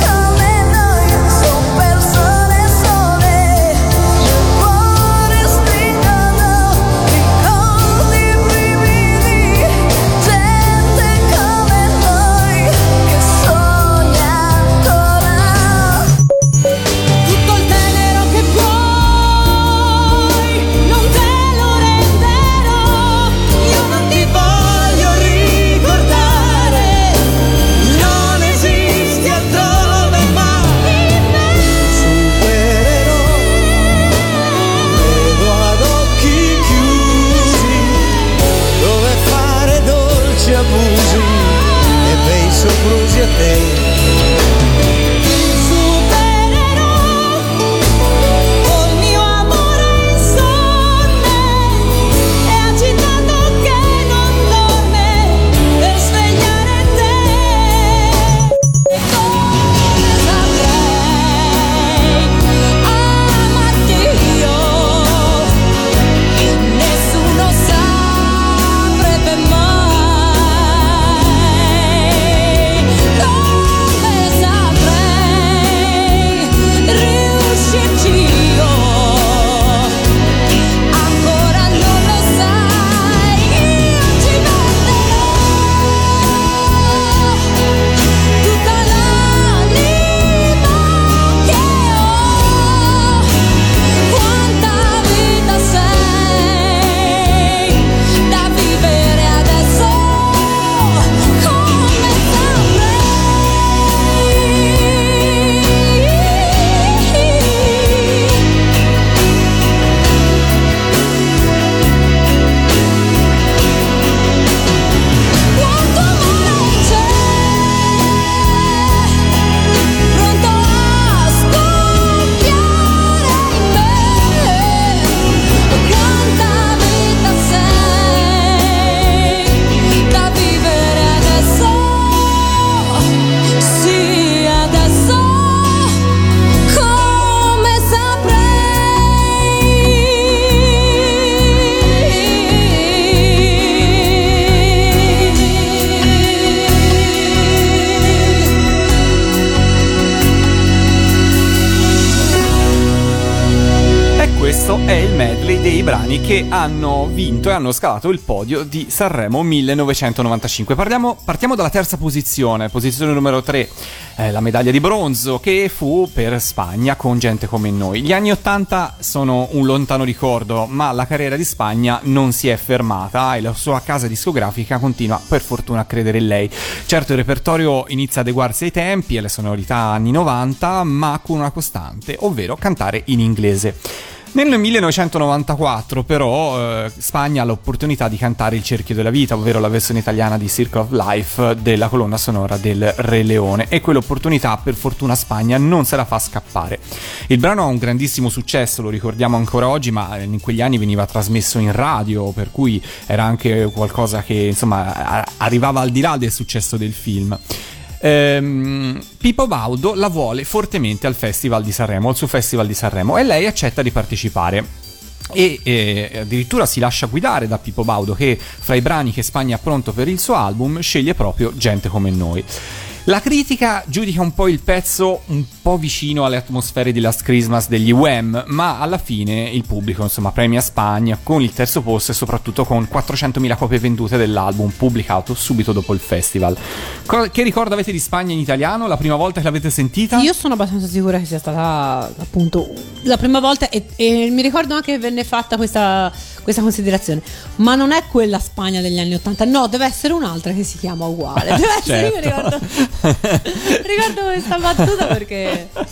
Speaker 3: questo è il medley dei brani che hanno vinto e hanno scalato il podio di Sanremo millenovecentonovantacinque. Parliamo, partiamo dalla terza posizione, posizione numero tre, eh, la medaglia di bronzo che fu per Spagna con Gente come noi. Gli anni ottanta sono un lontano ricordo, ma la carriera di Spagna non si è fermata e la sua casa discografica continua per fortuna a credere in lei. Certo, il repertorio inizia a adeguarsi ai tempi e alle sonorità anni novanta, ma con una costante, ovvero cantare in inglese. Nel millenovecentonovantaquattro però eh, Spagna ha l'opportunità di cantare Il cerchio della vita, ovvero la versione italiana di Circle of Life della colonna sonora del Re Leone, e quell'opportunità per fortuna Spagna non se la fa scappare. Il brano ha un grandissimo successo, lo ricordiamo ancora oggi, ma in quegli anni veniva trasmesso in radio, per cui era anche qualcosa che insomma arrivava al di là del successo del film. Ehm, Pippo Baudo la vuole fortemente al Festival di Sanremo, al suo Festival di Sanremo, e lei accetta di partecipare. E eh, addirittura si lascia guidare da Pippo Baudo, che fra i brani che Spagna ha pronto per il suo album sceglie proprio Gente come noi. La critica giudica un po' il pezzo un po' vicino alle atmosfere di Last Christmas degli Wham, ma alla fine il pubblico insomma premia Spagna con il terzo posto e soprattutto con quattrocentomila copie vendute dell'album pubblicato subito dopo il festival. Co- che ricordo avete di Spagna in italiano la prima volta che l'avete sentita?
Speaker 4: Io sono abbastanza sicura che sia stata appunto la prima volta e, e mi ricordo anche che venne fatta questa, questa considerazione, ma non è quella Spagna degli anni ottanta, no, deve essere un'altra che si chiama uguale, deve essere, io ricordo, ricordo questa battuta perché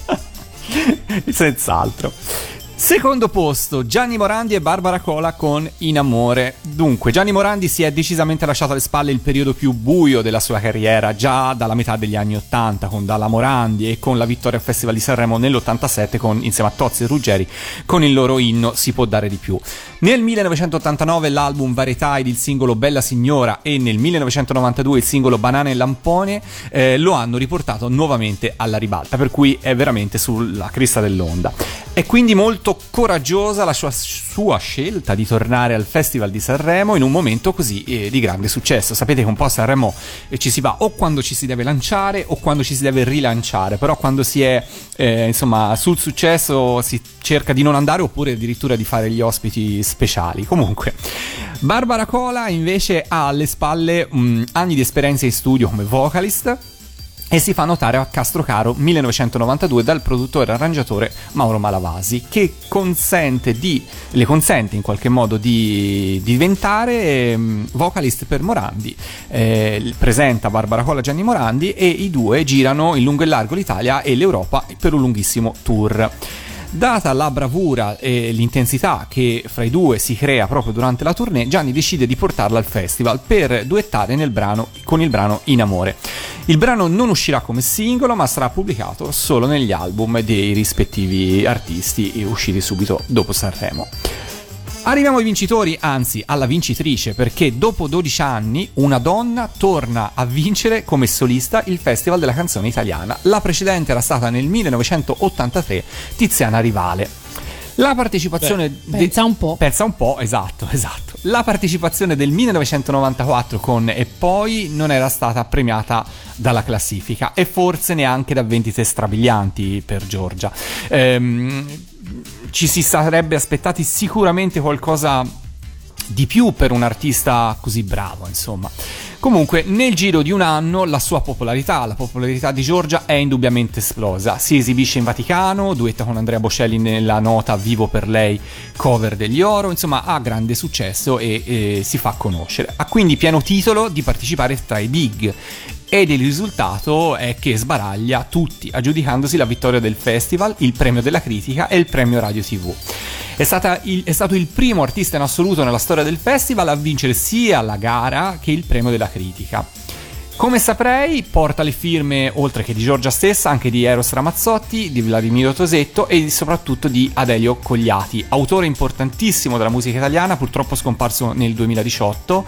Speaker 3: senz'altro. Secondo posto, Gianni Morandi e Barbara Cola con In amore. Dunque, Gianni Morandi si è decisamente lasciato alle spalle il periodo più buio della sua carriera, già dalla metà degli anni ottanta, con Dalla Morandi e con la vittoria al Festival di Sanremo nell'ottantasette, con, insieme a Tozzi e Ruggeri, con il loro inno Si può dare di più. Nel millenovecentottantanove l'album Varietà ed il singolo Bella Signora, e nel millenovecentonovantadue il singolo Banana e Lampone eh, lo hanno riportato nuovamente alla ribalta, per cui è veramente sulla cresta dell'onda. È quindi molto coraggiosa la sua, sua scelta di tornare al Festival di Sanremo in un momento così eh, di grande successo. Sapete che un po' a Sanremo eh, ci si va o quando ci si deve lanciare o quando ci si deve rilanciare, però quando si è eh, insomma sul successo si cerca di non andare, oppure addirittura di fare gli ospiti speciali. Comunque Barbara Cola invece ha alle spalle mh, anni di esperienza in studio come vocalist e si fa notare a Castrocaro millenovecentonovantadue dal produttore e arrangiatore Mauro Malavasi, che consente di, le consente in qualche modo di, di diventare eh, vocalist per Morandi. Eh, presenta Barbara Cola e Gianni Morandi e i due girano in lungo e largo l'Italia e l'Europa per un lunghissimo tour. Data la bravura e l'intensità che fra i due si crea proprio durante la tournée, Gianni decide di portarla al festival per duettare nel brano, con il brano In amore. Il brano non uscirà come singolo, ma sarà pubblicato solo negli album dei rispettivi artisti usciti subito dopo Sanremo. Arriviamo ai vincitori, anzi alla vincitrice, perché dopo dodici anni una donna torna a vincere come solista il Festival della canzone italiana. La precedente era stata nel millenovecentottantatré, Tiziana Rivale. La partecipazione
Speaker 4: Beh, pensa
Speaker 3: de-
Speaker 4: un po'.
Speaker 3: Pensa un po', esatto, esatto. La partecipazione del millenovecentonovantaquattro con E poi non era stata premiata dalla classifica e forse neanche da vendite strabilianti per Giorgia. Ehm, ci si sarebbe aspettati sicuramente qualcosa di più per un artista così bravo, insomma. Comunque, nel giro di un anno la sua popolarità, la popolarità di Giorgia è indubbiamente esplosa. Si esibisce in Vaticano, duetta con Andrea Bocelli nella nota Vivo per lei, cover degli Oro, insomma ha grande successo e, e si fa conoscere. Ha quindi pieno titolo di partecipare tra i big. Ed il risultato è che sbaraglia tutti, aggiudicandosi la vittoria del festival, il premio della critica e il premio Radio tivù. È, stata il, è stato il primo artista in assoluto nella storia del festival a vincere sia la gara che il premio della critica. Come saprei, porta le firme, oltre che di Giorgia stessa, anche di Eros Ramazzotti, di Vladimiro Tosetto e soprattutto di Adelio Cogliati, autore importantissimo della musica italiana, purtroppo scomparso nel duemiladiciotto,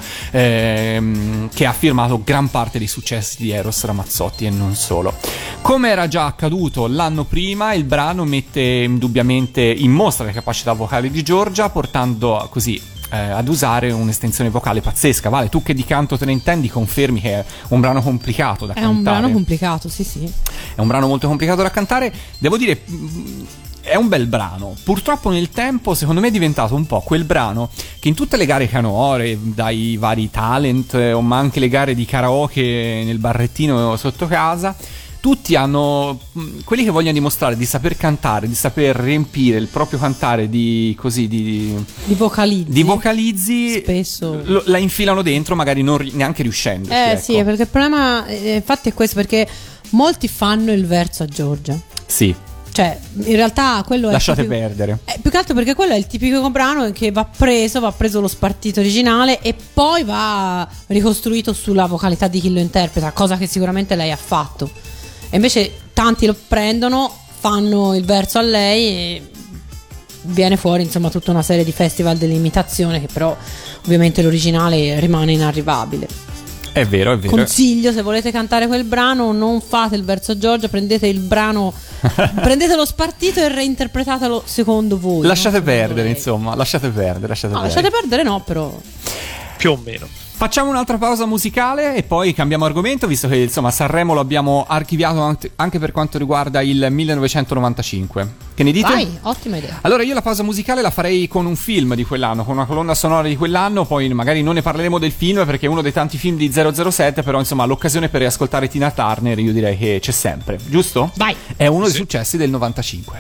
Speaker 3: ehm, che ha firmato gran parte dei successi di Eros Ramazzotti e non solo. Come era già accaduto l'anno prima, il brano mette indubbiamente in mostra le capacità vocali di Giorgia, portando così Eh, ad usare un'estensione vocale pazzesca. Vale, tu che di canto te ne intendi, confermi che è un brano complicato da
Speaker 4: è
Speaker 3: cantare?
Speaker 4: È un brano complicato, sì sì.
Speaker 3: È un brano molto complicato da cantare. Devo dire, è un bel brano. Purtroppo nel tempo secondo me è diventato un po' quel brano che in tutte le gare canore, dai vari talent eh, o ma anche le gare di karaoke nel barrettino sotto casa, tutti hanno, quelli che vogliono dimostrare di saper cantare, di saper riempire il proprio cantare di così di,
Speaker 4: Di vocalizzi.
Speaker 3: di vocalizzi
Speaker 4: Spesso.
Speaker 3: lo- la infilano dentro, magari non ri- neanche riuscendo.
Speaker 4: Eh sì, perché il problema eh, infatti è questo, perché molti fanno il verso a Giorgia.
Speaker 3: Sì,
Speaker 4: Cioè, in realtà quello è
Speaker 3: lasciate
Speaker 4: tipico-
Speaker 3: perdere.
Speaker 4: Eh, più che altro perché quello è il tipico brano che va preso, va preso lo spartito originale e poi va ricostruito sulla vocalità di chi lo interpreta, cosa che sicuramente lei ha fatto. E invece tanti lo prendono, fanno il verso a lei e viene fuori insomma tutta una serie di festival dell'imitazione, che però ovviamente l'originale rimane inarrivabile.
Speaker 3: È vero, è vero.
Speaker 4: Consiglio, se volete cantare quel brano, non fate il verso a Giorgia, prendete il brano, prendete lo spartito e reinterpretatelo secondo voi.
Speaker 3: Lasciate
Speaker 4: non secondo
Speaker 3: perdere,
Speaker 4: lei.
Speaker 3: insomma, lasciate perdere, lasciate
Speaker 4: No,
Speaker 3: perdere.
Speaker 4: lasciate perdere no, però.
Speaker 5: Più o meno.
Speaker 3: Facciamo un'altra pausa musicale e poi cambiamo argomento, visto che insomma Sanremo lo abbiamo archiviato anche- anche per quanto riguarda il millenovecentonovantacinque. Che ne dite?
Speaker 4: Vai, ottima idea.
Speaker 3: Allora io la pausa musicale la farei con un film di quell'anno, con una colonna sonora di quell'anno, poi magari non ne parleremo del film perché è uno dei tanti film di zero zero sette, però insomma l'occasione per riascoltare Tina Turner io direi che c'è sempre, giusto?
Speaker 4: Vai.
Speaker 3: È uno dei
Speaker 5: Sì.
Speaker 3: successi del novantacinque.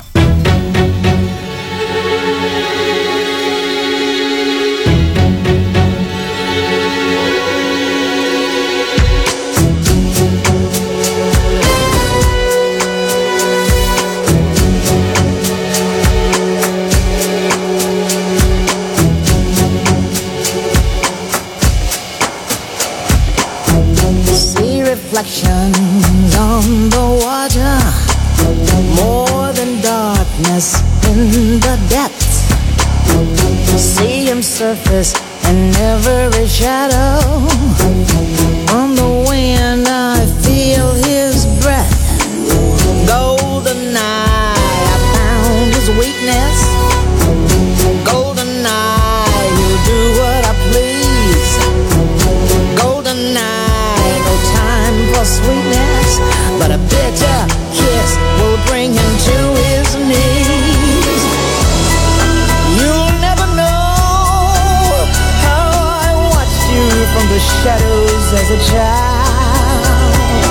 Speaker 8: See reflections on the water, more than darkness in the depths. See him surface in every shadow. On the wind I feel his breath. Golden eye, I found his weakness. Golden eye, he'll do what I please. Golden eye, no time for sweetness, but a bitter kiss will bring him to his knees. You'll never know how I watched you from the shadows as a child.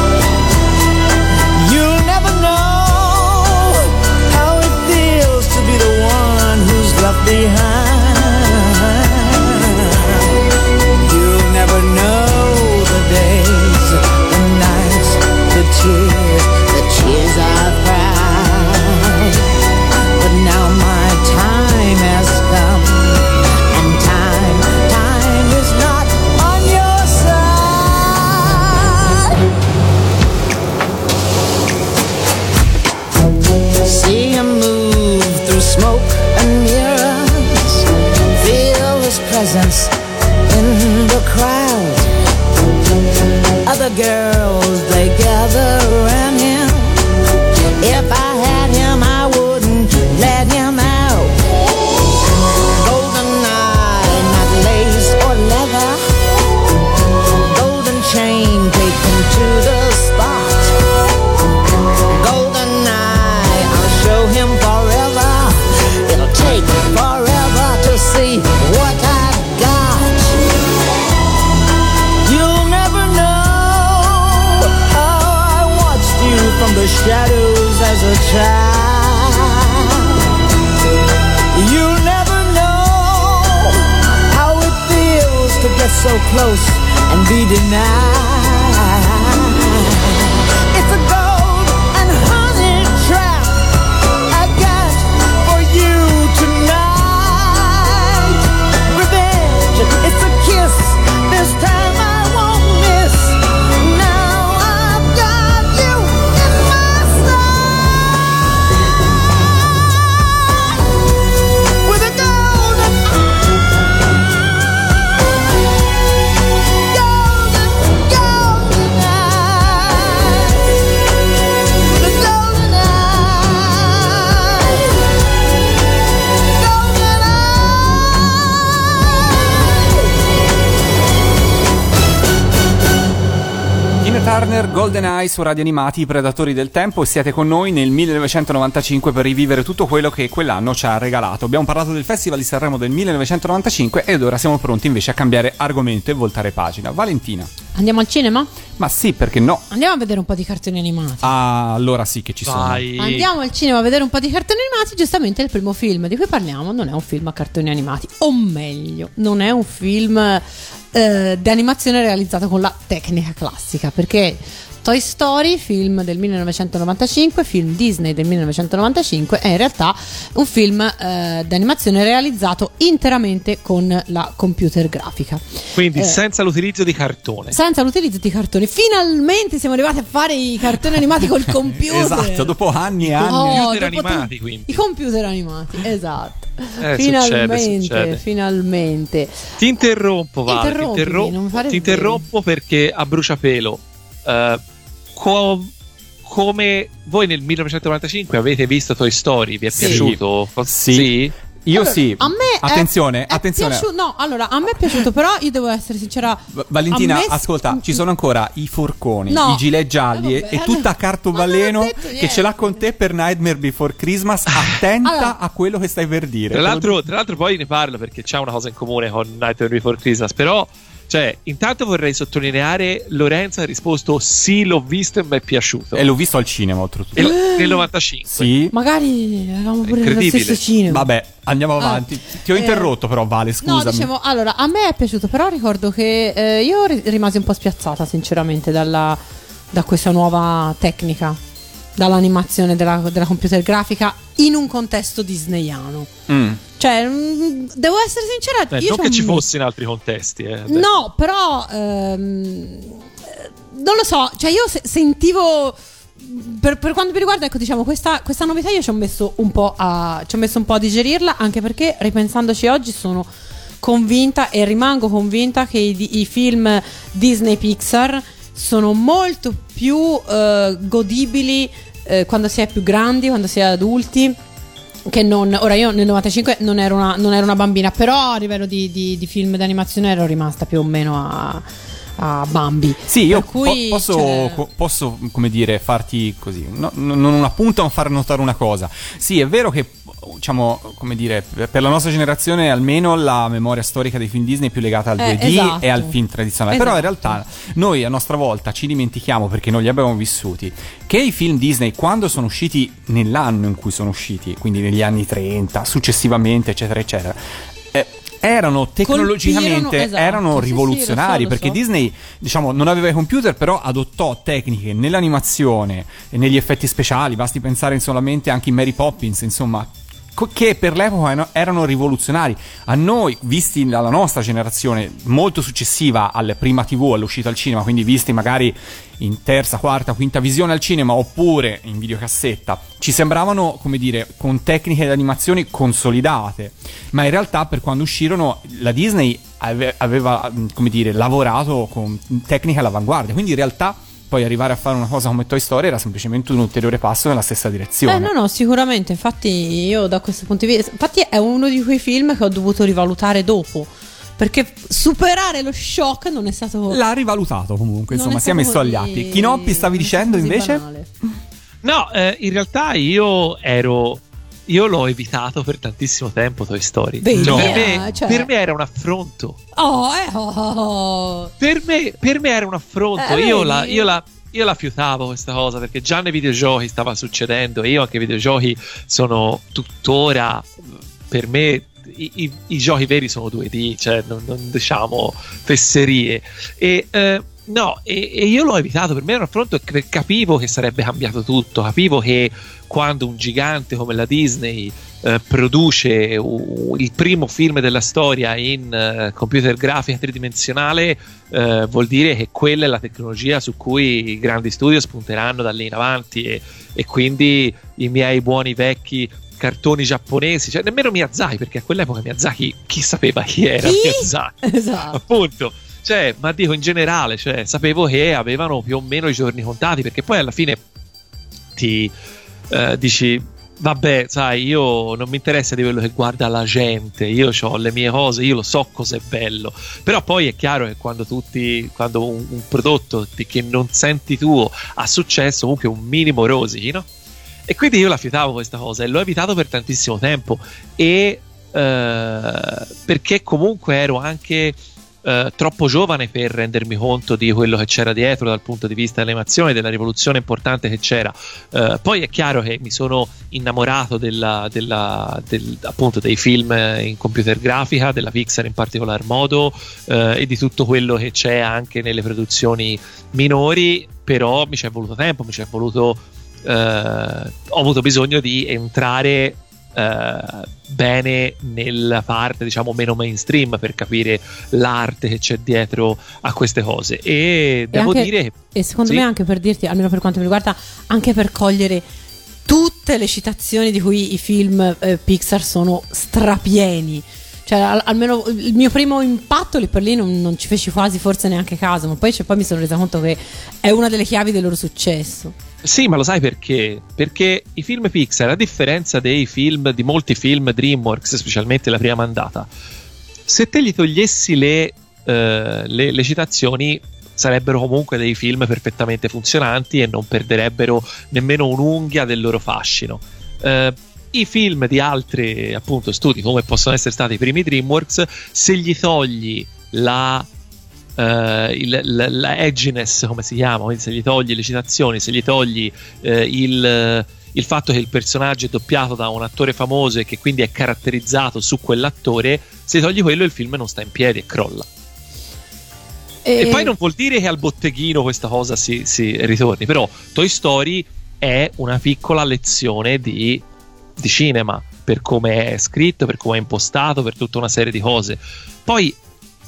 Speaker 8: You'll never know how it feels to be the one who's left behind. You'll never know the days, the nights, the tears, the tears I've cried. But now my time has come, and time, time is not on your side. See him move through smoke and mirrors, feel his presence in the crowd. Other girls, they gather around him. If I had him, I wouldn't let him out. Golden eye, not lace or leather. Golden chain, take him to the spot. Golden eye, I'll show him forever. It'll take forever to see what I've got. You'll never know how I watched you from the shadows as a child. You'll never know how it feels to get so close and be denied. It's a gold and honey trap I got for you tonight. Revenge, it's a kiss. This time I won't miss. Now I've got you in my sight. With a golden eye, golden,
Speaker 3: Turner, GoldenEye su Radio Animati, i Predatori del Tempo, e siete con noi nel millenovecentonovantacinque per rivivere tutto quello che quell'anno ci ha regalato. Abbiamo parlato del Festival di Sanremo del millenovecentonovantacinque ed ora siamo pronti invece a cambiare argomento e voltare pagina. Valentina.
Speaker 4: Andiamo al cinema?
Speaker 3: Ma sì, perché no?
Speaker 4: Andiamo a vedere un po' di cartoni animati.
Speaker 3: Ah, allora sì che ci
Speaker 5: Vai.
Speaker 3: sono.
Speaker 4: Andiamo al cinema a vedere un po' di cartoni animati. Giustamente il primo film di cui parliamo non è un film a cartoni animati, o meglio, non è un film eh, di animazione realizzato con la tecnica classica, perché Toy Story, film del millenovecentonovantacinque, film Disney del millenovecentonovantacinque, è in realtà un film eh, di animazione realizzato interamente con la computer grafica.
Speaker 5: Quindi
Speaker 4: Eh,
Speaker 5: senza l'utilizzo di cartone.
Speaker 4: Senza l'utilizzo di cartoni. Finalmente siamo arrivati a fare i cartoni animati col computer.
Speaker 3: Esatto, dopo anni e anni.
Speaker 4: Oh,
Speaker 5: Computer
Speaker 4: dopo
Speaker 5: animati,
Speaker 4: tu-
Speaker 5: quindi.
Speaker 4: I computer animati, esatto.
Speaker 5: Eh,
Speaker 4: finalmente,
Speaker 5: succede, succede.
Speaker 4: finalmente.
Speaker 5: Ti interrompo, Vale, ti
Speaker 4: Interrompimi,
Speaker 5: interrompo,
Speaker 4: non mi fare
Speaker 5: ti interrompo perché a bruciapelo. eh, co- come voi nel millenovecentonovantacinque avete visto Toy Story, vi è
Speaker 3: Sì.
Speaker 5: piaciuto?
Speaker 3: Sì. Io
Speaker 4: Allora,
Speaker 3: sì.
Speaker 4: A me è-
Speaker 3: Attenzione,
Speaker 4: è
Speaker 3: attenzione.
Speaker 4: piaciuto- no, allora a me è piaciuto, però io devo essere sincera.
Speaker 3: V- Valentina,
Speaker 4: a me-
Speaker 3: ascolta, ci sono ancora i forconi,
Speaker 4: No.
Speaker 3: i gilet gialli
Speaker 4: Eh,
Speaker 3: e-
Speaker 4: vabbè,
Speaker 3: e tutta cartobaleno
Speaker 4: ma non ho detto
Speaker 3: che
Speaker 4: niente.
Speaker 3: ce l'ha con te per Nightmare Before Christmas. Attenta
Speaker 4: Allora-
Speaker 3: a quello che stai per dire.
Speaker 5: Tra l'altro, tra l'altro poi ne parlo perché c'è una cosa in comune con Nightmare Before Christmas, però cioè, intanto vorrei sottolineare, Lorenzo ha risposto sì, l'ho visto e mi è piaciuto.
Speaker 3: E l'ho visto al cinema, oltretutto.
Speaker 5: E lo- nel novantacinque.
Speaker 3: Sì.
Speaker 4: Magari eravamo pure nello
Speaker 5: Incredibile.
Speaker 4: stesso cinema.
Speaker 3: Vabbè, andiamo avanti. Ti ho
Speaker 4: Eh,
Speaker 3: interrotto però, Vale,
Speaker 4: No,
Speaker 3: scusami.
Speaker 4: dicevo, allora, a me è piaciuto, però ricordo che eh, io ri- rimasi un po' spiazzata, sinceramente, dalla, da questa nuova tecnica, dall'animazione della, della computer grafica in un contesto disneyano.
Speaker 3: Mm.
Speaker 4: Cioè, mm, devo essere sincera,
Speaker 5: Eh,
Speaker 4: io
Speaker 5: non
Speaker 4: c'ho
Speaker 5: che ci
Speaker 4: un-
Speaker 5: fosse in altri contesti. Eh. Beh.
Speaker 4: No, però ehm, eh, non lo so, cioè io se- sentivo per, per quanto mi riguarda, ecco, diciamo, questa, questa novità io ci ho messo un po' a ci ho messo un po' a digerirla, anche perché ripensandoci oggi sono convinta e rimango convinta che i, i film Disney Pixar sono molto più eh, godibili eh, quando si è più grandi, quando si è adulti. Che non, ora io nel novantacinque non ero una, non ero una bambina, però a livello di, di, di film d'animazione ero rimasta più o meno a, a Bambi.
Speaker 3: Sì, io
Speaker 4: Per cui,
Speaker 3: po- posso,
Speaker 4: cioè-
Speaker 3: co- posso, come dire, farti così, no- non un appunto, ma far notare una cosa. Sì, è vero che, diciamo, come dire, per per la nostra generazione almeno la memoria storica dei film Disney è più legata al
Speaker 4: Eh,
Speaker 3: due D
Speaker 4: esatto.
Speaker 3: e al film tradizionale.
Speaker 4: Esatto.
Speaker 3: Però in realtà noi a nostra volta ci dimentichiamo, perché non li abbiamo vissuti, che i film Disney, quando sono usciti nell'anno in cui sono usciti, quindi negli anni trenta, successivamente, eccetera, eccetera, eh, erano tecnologicamente
Speaker 4: Colpirono, esatto.
Speaker 3: erano
Speaker 4: Sì, sì,
Speaker 3: rivoluzionari,
Speaker 4: lo so, lo
Speaker 3: perché
Speaker 4: so.
Speaker 3: Disney, diciamo, non aveva i computer, però adottò tecniche nell'animazione e negli effetti speciali. Basti pensare solamente anche in Mary Poppins, insomma, co- che per l'epoca erano- erano rivoluzionari. A noi, visti dalla nostra generazione, molto successiva alla prima tivù, all'uscita al cinema, quindi visti magari in terza, quarta, quinta visione al cinema oppure in videocassetta, ci sembravano, come dire, con tecniche di animazione consolidate, ma in realtà per quando uscirono la Disney ave- aveva, come dire, lavorato con tecniche all'avanguardia, quindi in realtà poi arrivare a fare una cosa come Toy Story era semplicemente un ulteriore passo nella stessa direzione.
Speaker 4: Eh no no, sicuramente, infatti io da questo punto di vista, infatti è uno di quei film che ho dovuto rivalutare dopo, perché superare lo shock non è stato
Speaker 3: L'ha rivalutato comunque,
Speaker 4: non
Speaker 3: insomma,
Speaker 4: è
Speaker 3: si è messo
Speaker 4: stato
Speaker 3: agli
Speaker 4: così-
Speaker 3: atti. Kinoppi stavi
Speaker 4: non è
Speaker 3: dicendo
Speaker 4: stato così
Speaker 3: invece?
Speaker 4: banale.
Speaker 5: No, eh, in realtà io ero. Io l'ho evitato per tantissimo tempo Toy Story.
Speaker 4: Vedi,
Speaker 5: Cioè,
Speaker 4: eh,
Speaker 5: per, me,
Speaker 4: cioè-
Speaker 5: per me era un affronto.
Speaker 4: Oh, eh, oh, oh, oh.
Speaker 5: Per me, per me era un affronto.
Speaker 4: Eh,
Speaker 5: io,
Speaker 4: vedi?
Speaker 5: la, io, la, io la fiutavo questa cosa perché già nei videogiochi stava succedendo. E io anche i videogiochi sono tuttora, per me, i, i, i giochi veri sono due D, cioè non, non diciamo fesserie. E eh, no, e, e io l'ho evitato. Per me era un affronto e capivo che sarebbe cambiato tutto. Capivo che quando un gigante come la Disney eh, produce uh, il primo film della storia in uh, computer grafica tridimensionale, uh, vuol dire che quella è la tecnologia su cui i grandi studio spunteranno da lì in avanti, e, e quindi i miei buoni vecchi cartoni giapponesi, cioè nemmeno Miyazaki, perché a quell'epoca Miyazaki chi sapeva chi era
Speaker 4: Chi?
Speaker 5: Miyazaki,
Speaker 4: Esatto.
Speaker 5: appunto. Cioè, ma dico in generale, cioè, sapevo che avevano più o meno i giorni contati, perché poi alla fine ti eh, dici Vabbè, sai, io non mi interessa di quello che guarda la gente, io ho le mie cose, io lo so cos'è bello. Però poi è chiaro che quando tutti, quando un, un prodotto di, che non senti tuo ha successo, comunque un minimo rosichi, no? E quindi io la fiutavo questa cosa e l'ho evitato per tantissimo tempo. E eh, perché comunque ero anche Uh, troppo giovane per rendermi conto di quello che c'era dietro dal punto di vista dell'animazione, della rivoluzione importante che c'era. Uh, poi è chiaro che mi sono innamorato della, della, del, appunto dei film in computer grafica, della Pixar in particolar modo, uh, e di tutto quello che c'è anche nelle produzioni minori, però mi ci è voluto tempo, mi ci è voluto uh, ho avuto bisogno di entrare Uh, bene nella parte, diciamo, meno mainstream per capire l'arte che c'è dietro a queste cose. E devo
Speaker 4: anche,
Speaker 5: dire
Speaker 4: e secondo
Speaker 5: sì?
Speaker 4: me anche per dirti, almeno per quanto mi riguarda, anche per cogliere tutte le citazioni di cui i film eh, Pixar sono strapieni. Cioè, al, almeno il mio primo impatto lì per lì non, non ci feci quasi forse neanche caso, ma poi, cioè, poi mi sono resa conto che è una delle chiavi del loro successo.
Speaker 5: Sì, ma lo sai perché? Perché i film Pixar, a differenza dei film, di molti film DreamWorks, specialmente la prima mandata, se te gli togliessi le, uh, le, le citazioni, sarebbero comunque dei film perfettamente funzionanti e non perderebbero nemmeno un'unghia del loro fascino. Uh, I film di altri, appunto, studi, come possono essere stati i primi DreamWorks, se gli togli la Uh, il, la, la edginess, come si chiama, quindi se gli togli le citazioni, se gli togli uh, il, il fatto che il personaggio è doppiato da un attore famoso e che quindi è caratterizzato su quell'attore, se togli quello il film non sta in piedi e crolla. E, e poi non vuol dire che al botteghino questa cosa si, si ritorni, però Toy Story è una piccola lezione di, di cinema, per come è scritto, per come è impostato, per tutta una serie di cose. Poi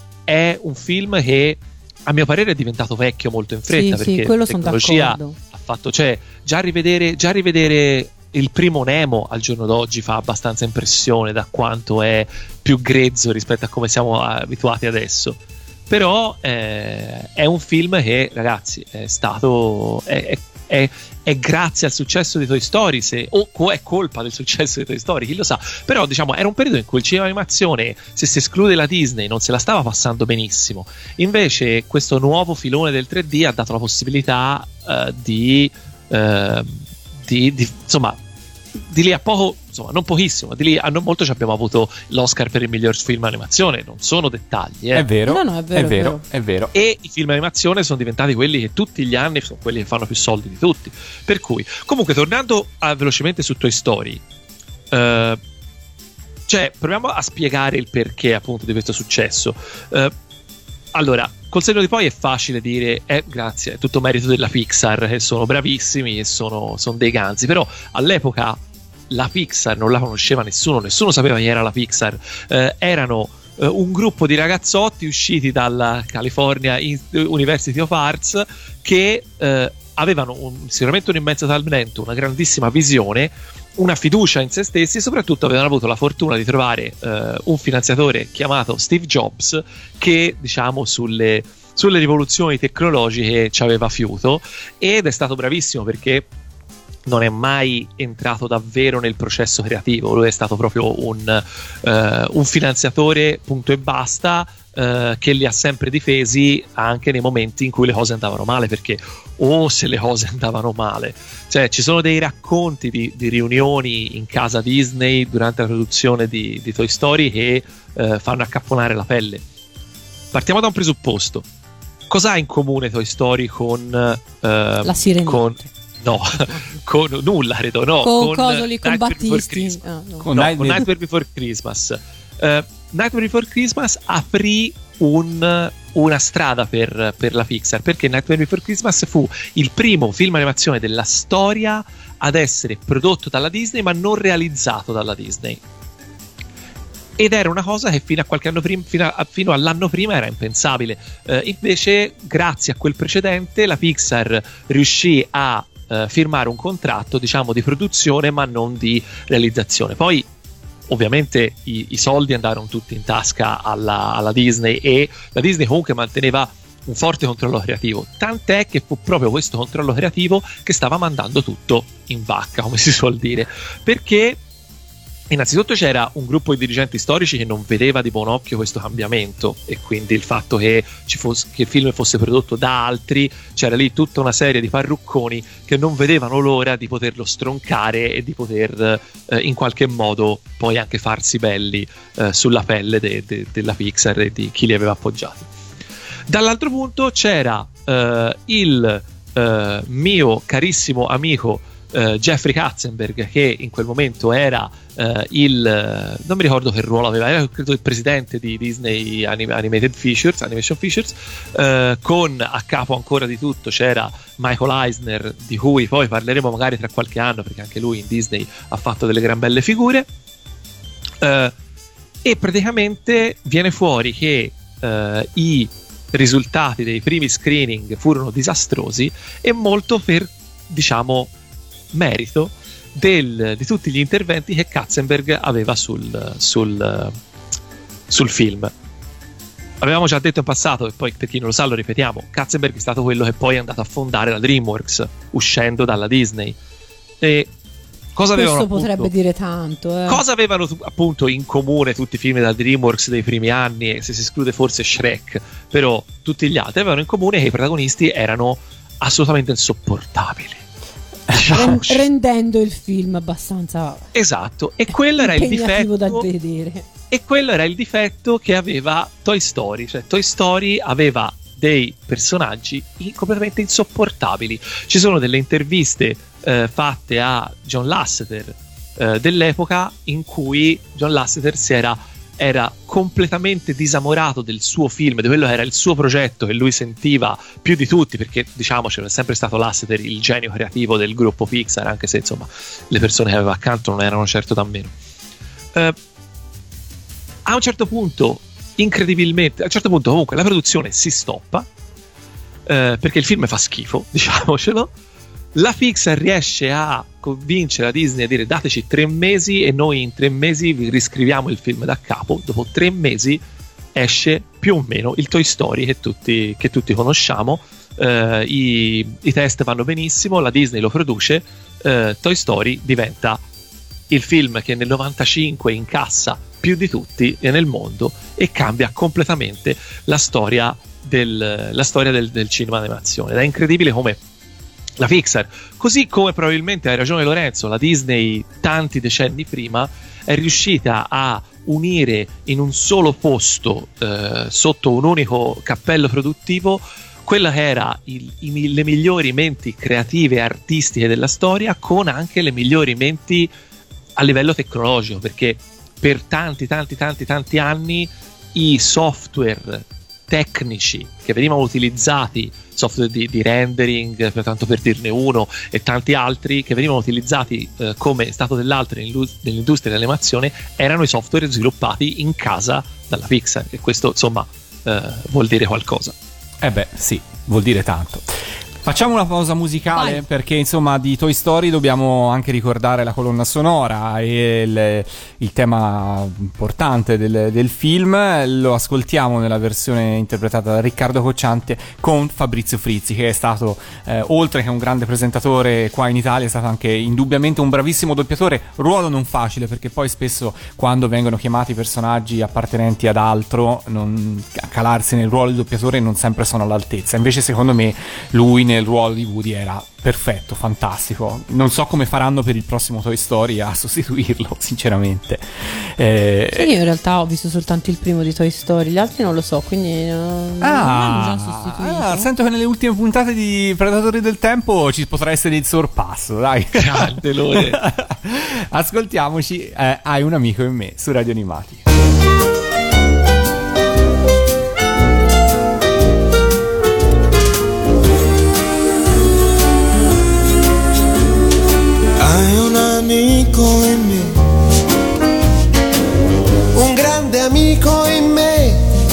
Speaker 5: è un film che a mio parere è diventato vecchio molto in fretta,
Speaker 4: sì,
Speaker 5: perché
Speaker 4: sì, quello
Speaker 5: la tecnologia
Speaker 4: sono
Speaker 5: ha fatto, cioè già rivedere, già rivedere il primo Nemo al giorno d'oggi fa abbastanza impressione da quanto è più grezzo rispetto a come siamo abituati adesso. Però eh, è un film che, ragazzi, è stato è, è, è, è grazie al successo di Toy Story, se, o è colpa del successo di Toy Story, chi lo sa. Però, diciamo, era un periodo in cui il cinema animazione, se si esclude la Disney, non se la stava passando benissimo. Invece questo nuovo filone del tre D ha dato la possibilità uh, di, uh, di, di insomma, di lì a poco, insomma, non pochissimo, di lì a non molto ci abbiamo avuto l'Oscar per il miglior film animazione. Non sono dettagli, eh.
Speaker 3: È vero,
Speaker 4: no, no, è vero,
Speaker 3: è vero, è vero.
Speaker 5: E i film animazione sono diventati quelli che tutti gli anni sono quelli che fanno più soldi di tutti. Per cui, comunque, tornando a, velocemente su Toy Story, uh, cioè, proviamo a spiegare il perché appunto di questo successo. Uh, allora, col senno di poi è facile dire eh, grazie, è tutto merito della Pixar, che sono bravissimi e sono, sono dei ganzi. Però all'epoca la Pixar non la conosceva nessuno, nessuno sapeva chi era la Pixar. Eh, erano eh, un gruppo di ragazzotti usciti dalla California University of Arts che eh, avevano un, sicuramente un immenso talento, una grandissima visione, una fiducia in se stessi e soprattutto avevano avuto la fortuna di trovare eh, un finanziatore chiamato Steve Jobs che, diciamo, sulle, sulle rivoluzioni tecnologiche ci aveva fiuto, ed è stato bravissimo perché non è mai entrato davvero nel processo creativo. Lui è stato proprio un, uh, un finanziatore, punto e basta, uh, che li ha sempre difesi anche nei momenti in cui le cose andavano male, perché o oh, se le cose andavano male, cioè ci sono dei racconti di, di riunioni in casa Disney durante la produzione di, di Toy Story che uh, fanno accapponare la pelle. Partiamo da un presupposto: cosa ha in comune Toy Story con uh,
Speaker 4: la Sirenetta?
Speaker 5: Con No, con nulla, credo. No,
Speaker 4: con,
Speaker 5: con
Speaker 4: coso lì, con
Speaker 5: Nightmare Before
Speaker 4: Battisti.
Speaker 5: Christmas.
Speaker 4: Ah, no.
Speaker 3: Con
Speaker 5: No,
Speaker 3: Nightmare-
Speaker 5: con Nightmare Before Christmas. Uh, Nightmare Before Christmas aprì un, una strada per, per la Pixar, perché Nightmare Before Christmas fu il primo film animazione della storia ad essere prodotto dalla Disney ma non realizzato dalla Disney. Ed era una cosa che fino a qualche anno prima, fino, a, fino all'anno prima era impensabile. Uh, invece, grazie a quel precedente, la Pixar riuscì a uh, firmare un contratto, diciamo, di produzione ma non di realizzazione. Poi ovviamente i, i soldi andarono tutti in tasca alla, alla Disney, e la Disney comunque manteneva un forte controllo creativo, tant'è che fu proprio questo controllo creativo che stava mandando tutto in vacca, come si suol dire, perché innanzitutto c'era un gruppo di dirigenti storici che non vedeva di buon occhio questo cambiamento, e quindi il fatto che, ci fosse, che il film fosse prodotto da altri, c'era lì tutta una serie di parrucconi che non vedevano l'ora di poterlo stroncare e di poter eh, in qualche modo poi anche farsi belli eh, sulla pelle de, de, della Pixar e di chi li aveva appoggiati. Dall'altro punto c'era eh, il eh, mio carissimo amico Uh, Jeffrey Katzenberg, che in quel momento era uh, il uh, non mi ricordo che ruolo aveva, era credo il presidente di Disney Anim- Animated Features, Animation Features, uh, con a capo ancora di tutto c'era Michael Eisner, di cui poi parleremo magari tra qualche anno, perché anche lui in Disney ha fatto delle gran belle figure, uh, e praticamente viene fuori che uh, i risultati dei primi screening furono disastrosi, e molto per, diciamo, merito del, di tutti gli interventi che Katzenberg aveva sul, sul, sul film. Avevamo già detto in passato, e poi per chi non lo sa lo ripetiamo, Katzenberg è stato quello che poi è andato a fondare la DreamWorks uscendo dalla Disney. E cosa avevano,
Speaker 4: questo potrebbe
Speaker 5: appunto,
Speaker 4: dire tanto eh.
Speaker 5: Cosa avevano appunto in comune tutti i film della DreamWorks dei primi anni, e se si esclude forse Shrek, però tutti gli altri avevano in comune che i protagonisti erano assolutamente insopportabili,
Speaker 4: Ren- rendendo il film abbastanza,
Speaker 5: esatto, e quello era il difetto
Speaker 4: da vedere.
Speaker 5: E quello era il difetto che aveva Toy Story, cioè Toy Story aveva dei personaggi in- completamente insopportabili. Ci sono delle interviste eh, fatte a John Lasseter eh, dell'epoca, in cui John Lasseter si era era completamente disamorato del suo film, di quello che era il suo progetto, che lui sentiva più di tutti, perché diciamoci è sempre stato Lasseter il genio creativo del gruppo Pixar, anche se insomma le persone che aveva accanto non erano certo da meno. Uh, a un certo punto, incredibilmente, a un certo punto comunque la produzione si stoppa, uh, perché il film fa schifo, diciamocelo. La Pixar riesce a convincere la Disney a dire: dateci tre mesi e noi in tre mesi vi riscriviamo il film da capo. Dopo tre mesi esce più o meno il Toy Story che tutti, che tutti conosciamo. Uh, i, i test vanno benissimo, la Disney lo produce, uh, Toy Story diventa il film che nel novantacinque incassa più di tutti nel mondo e cambia completamente la storia del, la storia del, del cinema animazione. Ed è incredibile come la Pixar, così come probabilmente hai ragione Lorenzo, la Disney tanti decenni prima è riuscita a unire in un solo posto, eh, sotto un unico cappello produttivo, quella che era il, i, le migliori menti creative e artistiche della storia, con anche le migliori menti a livello tecnologico, perché per tanti tanti tanti tanti anni i software tecnici che venivano utilizzati, software di, di rendering, per tanto per dirne uno, e tanti altri che venivano utilizzati eh, come stato dell'arte nell'industria dell'animazione, erano i software sviluppati in casa dalla Pixar, e questo insomma eh, vuol dire qualcosa.
Speaker 3: Eh beh, sì, vuol dire tanto. Facciamo una pausa musicale. Vai. Perché insomma di Toy Story dobbiamo anche ricordare la colonna sonora e il, il tema importante del, del film. Lo ascoltiamo nella versione interpretata da Riccardo Cocciante con Fabrizio Frizzi, che è stato eh, oltre che un grande presentatore qua in Italia, è stato anche indubbiamente un bravissimo doppiatore, ruolo non facile, perché poi spesso quando vengono chiamati personaggi appartenenti ad altro, non, calarsi nel ruolo di doppiatore non sempre sono all'altezza. Invece secondo me lui nel ruolo di Woody era perfetto, fantastico. Non so come faranno per il prossimo Toy Story a sostituirlo, sinceramente. Eh,
Speaker 4: sì, io in realtà ho visto soltanto il primo di Toy Story, gli altri non lo so, quindi non
Speaker 3: ah,
Speaker 4: hanno già sostituito.
Speaker 3: Ah, sento che nelle ultime puntate di Predatori del Tempo ci potrà essere il sorpasso, dai.
Speaker 5: Grande Lore.
Speaker 3: Ascoltiamoci eh, Hai un amico in me su Radio Animati.
Speaker 9: Hai un amico in me, un grande amico in me.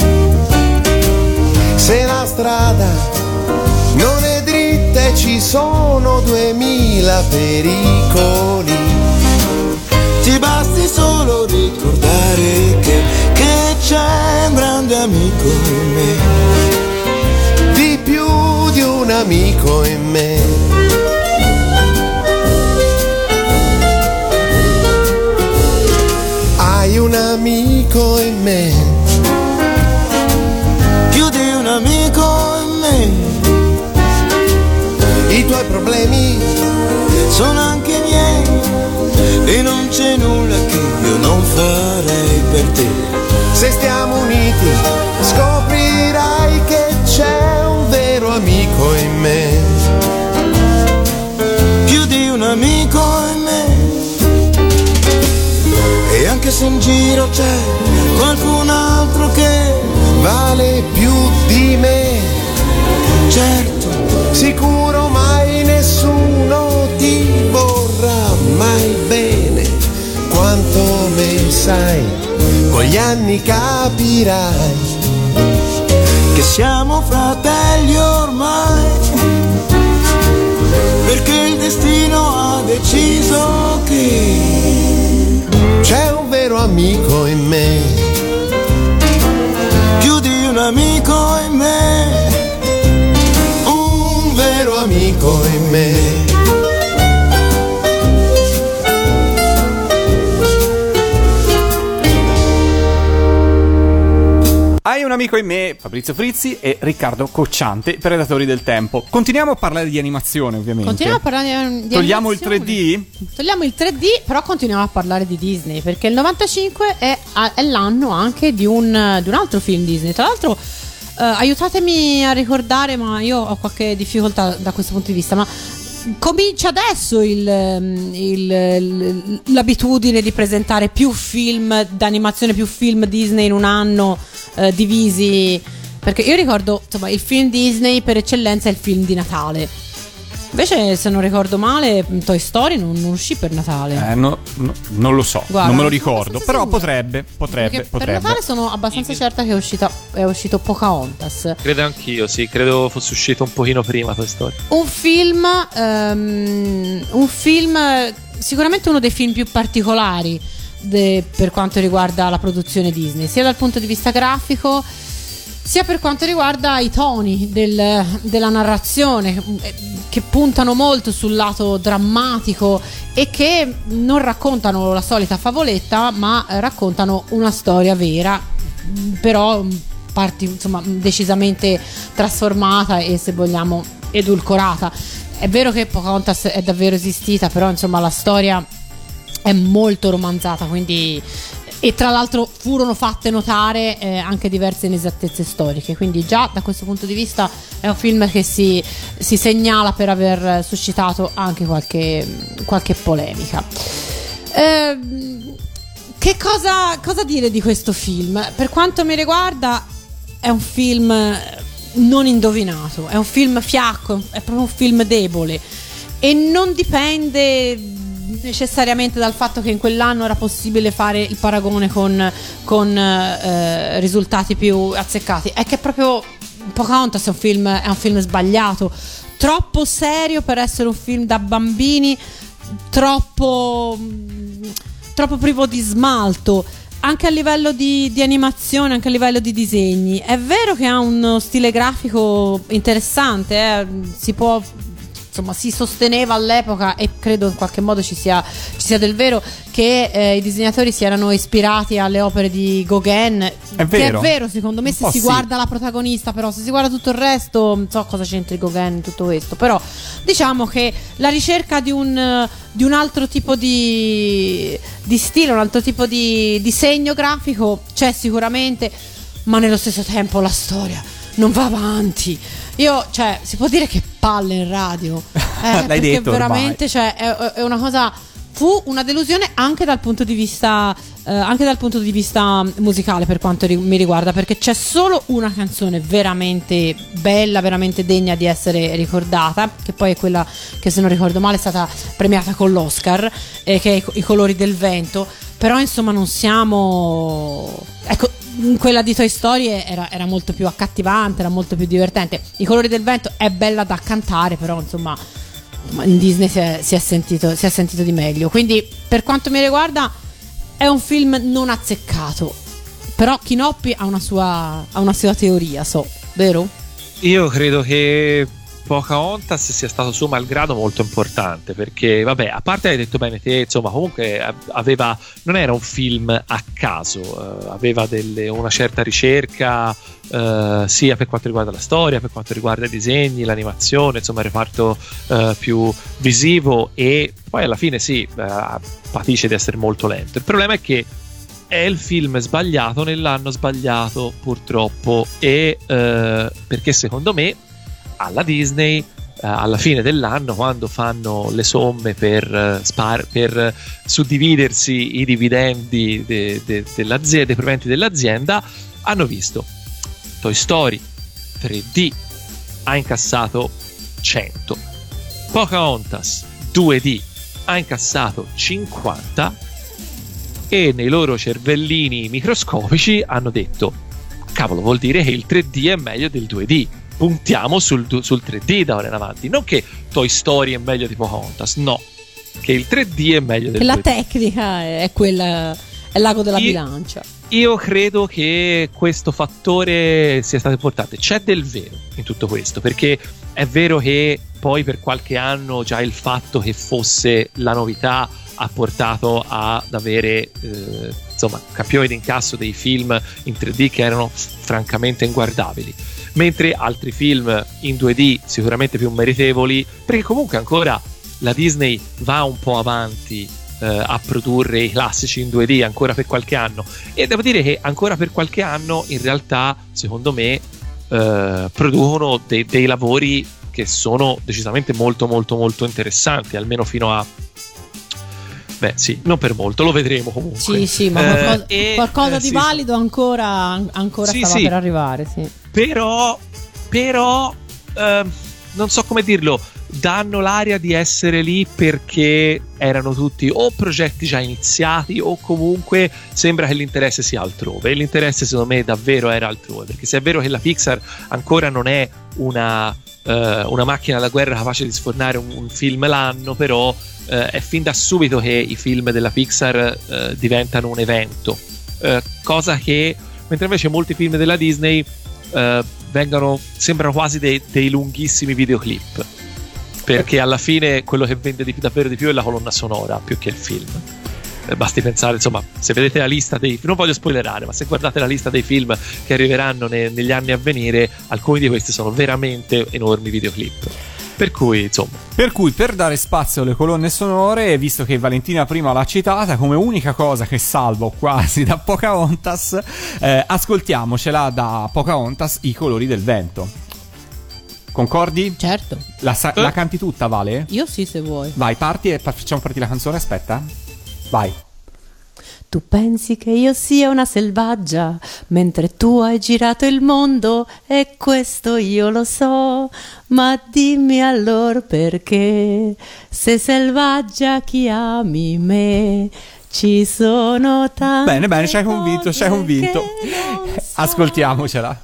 Speaker 9: Se la strada non è dritta e ci sono duemila pericoli, ti basti solo ricordare che, che c'è un grande amico in me. amico in me. Hai un amico in me, più di un amico in me. I tuoi problemi sono anche miei e non c'è nulla che io non farei per te. Se stiamo uniti scoprirai che c'è un vero amico in me, più di un amico in me. E anche se in giro c'è qualcun altro che vale più di me, certo, sicuro mai nessuno ti vorrà mai bene quanto me sai. Con gli anni capirai che siamo fratelli ormai, perché il destino ha deciso che c'è un vero amico in me, più di un amico in me, un vero amico in me.
Speaker 3: Hai un amico in me, Fabrizio Frizzi e Riccardo Cocciante, Predatori del Tempo. Continuiamo a parlare di animazione, ovviamente.
Speaker 4: Continuiamo a parlare di, di
Speaker 3: Togliamo il
Speaker 4: animazione.
Speaker 3: tre D?
Speaker 4: Togliamo il tre D, però continuiamo a parlare di Disney, perché il novantacinque è, è l'anno anche di un, di un altro film Disney. Tra l'altro, eh, aiutatemi a ricordare, ma io ho qualche difficoltà da questo punto di vista, ma comincia adesso il, il, il, l'abitudine di presentare più film d'animazione, più film Disney in un anno, eh, divisi, perché io ricordo, insomma, il film Disney per eccellenza è il film di Natale. Invece, se non ricordo male, Toy Story non, non uscì per Natale.
Speaker 3: Eh, no, no, non lo so,
Speaker 4: Guarda,
Speaker 3: non me lo ricordo.
Speaker 4: non
Speaker 3: Però
Speaker 4: sicura.
Speaker 3: potrebbe, potrebbe,
Speaker 4: Perché
Speaker 3: potrebbe.
Speaker 4: per Natale sono abbastanza certa che è uscita, è uscito Pocahontas.
Speaker 5: Credo anch'io, sì, credo fosse uscito un pochino prima Toy Story.
Speaker 4: Un film, um, un film, sicuramente uno dei film più particolari de, per quanto riguarda la produzione Disney, sia dal punto di vista grafico, sia per quanto riguarda i toni del, della narrazione, che puntano molto sul lato drammatico e che non raccontano la solita favoletta, ma raccontano una storia vera, però parti, insomma, decisamente trasformata e, se vogliamo, edulcorata. È vero che Pocahontas è davvero esistita, però insomma la storia è molto romanzata, quindi, e tra l'altro furono fatte notare eh, anche diverse inesattezze storiche, quindi già da questo punto di vista è un film che si, si segnala per aver suscitato anche qualche, qualche polemica. Eh, che cosa, cosa dire di questo film? Per quanto mi riguarda è un film non indovinato, è un film fiacco, è proprio un film debole e non dipende necessariamente dal fatto che in quell'anno era possibile fare il paragone con, con eh, risultati più azzeccati. È che proprio Pocahontas è un film, è un film sbagliato, troppo serio per essere un film da bambini, troppo troppo privo di smalto anche a livello di, di animazione, anche a livello di disegni. È vero che ha uno stile grafico interessante, eh? si può insomma si sosteneva all'epoca, e credo in qualche modo ci sia, ci sia del vero, che eh, i disegnatori si erano ispirati alle opere di Gauguin.
Speaker 3: È vero,
Speaker 4: che è vero secondo me, se si
Speaker 3: sì.
Speaker 4: guarda la protagonista, però se si guarda tutto il resto non so cosa c'entri Gauguin in tutto questo, però diciamo che la ricerca di un, di un altro tipo di, di stile, un altro tipo di disegno grafico c'è sicuramente, ma nello stesso tempo la storia non va avanti. Io, cioè, si può dire che palle in radio, eh,
Speaker 3: L'hai
Speaker 4: perché
Speaker 3: detto
Speaker 4: veramente, cioè, è, è una cosa, fu una delusione anche dal punto di vista eh, anche dal punto di vista musicale, per quanto ri- mi riguarda, perché c'è solo una canzone veramente bella, veramente degna di essere ricordata, che poi è quella che, se non ricordo male, è stata premiata con l'Oscar, eh, che è I, I colori del vento. Però insomma non siamo, ecco, quella di Toy Story era, era molto più accattivante, era molto più divertente. I colori del vento è bella da cantare, però insomma in Disney si è, si è sentito, si è sentito di meglio. Quindi per quanto mi riguarda è un film non azzeccato, però Chinoppi ha una sua, ha una sua teoria, so, vero?
Speaker 5: Io credo che Pocahontas sia stato suo malgrado molto importante, perché vabbè, a parte hai detto bene te, insomma, comunque aveva, non era un film a caso, eh, aveva delle, una certa ricerca, eh, sia per quanto riguarda la storia, per quanto riguarda i disegni, l'animazione, insomma il reparto eh, più visivo, e poi alla fine sì, eh, patisce di essere molto lento. Il problema è che è il film sbagliato nell'anno sbagliato, purtroppo, e eh, perché secondo me alla Disney eh, alla fine dell'anno, quando fanno le somme per, uh, spar- per suddividersi i dividendi de- de- dell'azienda, dei proventi dell'azienda, hanno visto Toy Story tre D ha incassato cento, Pocahontas due D ha incassato cinquanta, e nei loro cervellini microscopici hanno detto: cavolo, vuol dire che il tre D è meglio del due D, puntiamo sul, sul tre D da ora in avanti. Non che Toy Story è meglio di Pocahontas, no, che il tre D è meglio del
Speaker 4: che
Speaker 5: due D.
Speaker 4: La tecnica è quella, è l'ago della
Speaker 5: io,
Speaker 4: bilancia.
Speaker 5: Io credo che questo fattore sia stato importante. C'è del vero in tutto questo, perché è vero che poi per qualche anno già il fatto che fosse la novità ha portato ad avere eh, insomma campioni d'incasso dei film in tre D che erano francamente inguardabili, mentre altri film in due D sicuramente più meritevoli, perché comunque ancora la Disney va un po' avanti eh, a produrre i classici in due D ancora per qualche anno, e devo dire che ancora per qualche anno in realtà secondo me eh, producono dei, dei lavori che sono decisamente molto molto molto interessanti, almeno fino a beh sì, non per molto, lo vedremo comunque.
Speaker 4: Sì, sì, ma qualcosa,
Speaker 5: eh,
Speaker 4: qualcosa
Speaker 5: eh,
Speaker 4: di
Speaker 5: sì,
Speaker 4: valido ancora, ancora
Speaker 5: sì,
Speaker 4: stava
Speaker 5: sì.
Speaker 4: per arrivare, sì.
Speaker 5: Però, però eh, non so come dirlo, danno l'aria di essere lì perché erano tutti o progetti già iniziati, o comunque sembra che l'interesse sia altrove, e l'interesse secondo me davvero era altrove, perché se è vero che la Pixar ancora non è una, eh, una macchina da guerra capace di sfornare un, un film l'anno, però eh, è fin da subito che i film della Pixar eh, diventano un evento, eh, cosa che mentre invece molti film della Disney eh, vengono, sembrano quasi dei, dei lunghissimi videoclip, perché alla fine quello che vende di, davvero di più è la colonna sonora più che il film. Eh, basti pensare, insomma, se vedete la lista dei, non voglio spoilerare, ma se guardate la lista dei film che arriveranno ne, negli anni a venire, alcuni di questi sono veramente enormi videoclip. Per cui, insomma.
Speaker 3: Per cui, per dare spazio alle colonne sonore, visto che Valentina prima l'ha citata, come unica cosa che salvo quasi da Pocahontas, eh, ascoltiamocela da Pocahontas, I colori del vento. Concordi?
Speaker 4: Certo.
Speaker 3: La, sa-
Speaker 5: Eh.
Speaker 3: la canti tutta, Vale?
Speaker 4: Io sì, se vuoi.
Speaker 3: Vai, parti e pa- facciamo partire la canzone, aspetta. Vai.
Speaker 4: Tu pensi che io sia una selvaggia, mentre tu hai girato il mondo, e questo io lo so, ma dimmi allora perché, se selvaggia chiami me, ci sono tante
Speaker 3: Bene, bene, ci hai convinto, ci hai
Speaker 4: cose
Speaker 3: convinto.
Speaker 4: che non so.
Speaker 3: Ascoltiamocela.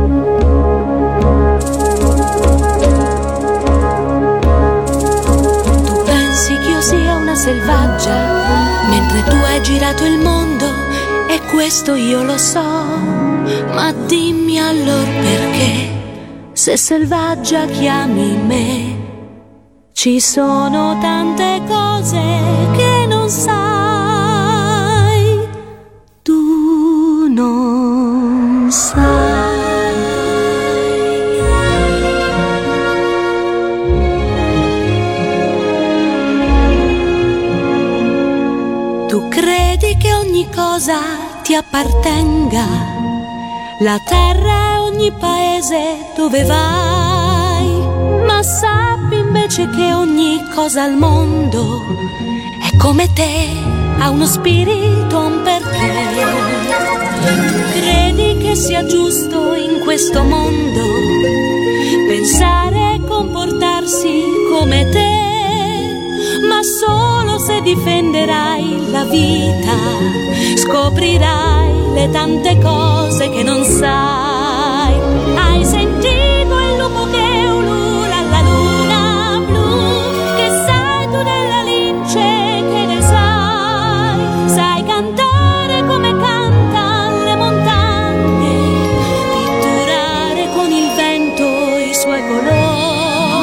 Speaker 10: Tu pensi che io sia una selvaggia, mentre tu hai girato il mondo, e questo io lo so, ma dimmi allora perché, se selvaggia chiami me, ci sono tante cose che non sai, tu non sai. Tu credi che ogni cosa ti appartenga, la terra e ogni paese dove vai, ma sappi invece che ogni cosa al mondo è come te, ha uno spirito, un perché. Tu credi che sia giusto in questo mondo pensare e comportarsi come te, ma solo se difenderai la vita scoprirai le tante cose che non sai. Hai sentito il lupo che ulula alla luna blu? Che sai tu della lince, che ne sai? Sai cantare come cantano le montagne, pitturare con il vento i suoi colori.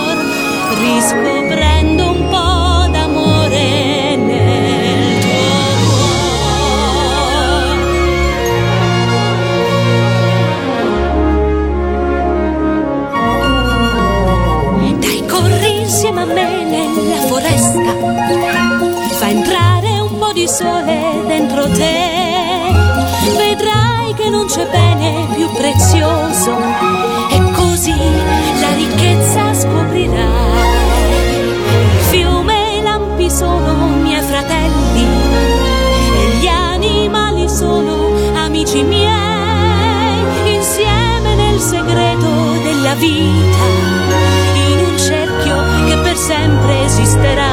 Speaker 10: di sole dentro te, vedrai che non c'è bene più prezioso, e così la ricchezza scoprirai. Il fiume e i lampi sono miei fratelli e gli animali sono amici miei, insieme nel segreto della vita, in un cerchio che per sempre esisterà.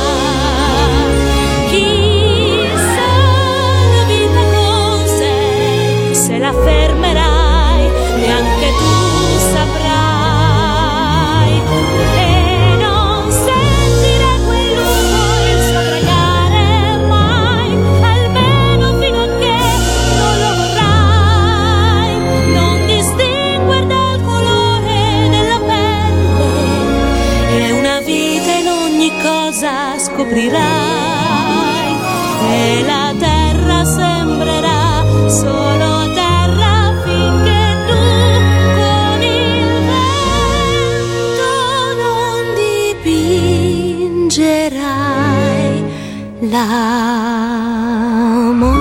Speaker 10: Chissà la vita cos'è, se la fermerai neanche tu saprai, e non sentire quel lungo il sopraggiare mai, almeno fino a che non lo vorrai, non distinguere dal colore della pelle, e una vita in ogni cosa scoprirai, e la terra sembrerà solo terra finché tu con il vento non dipingerai l'amore.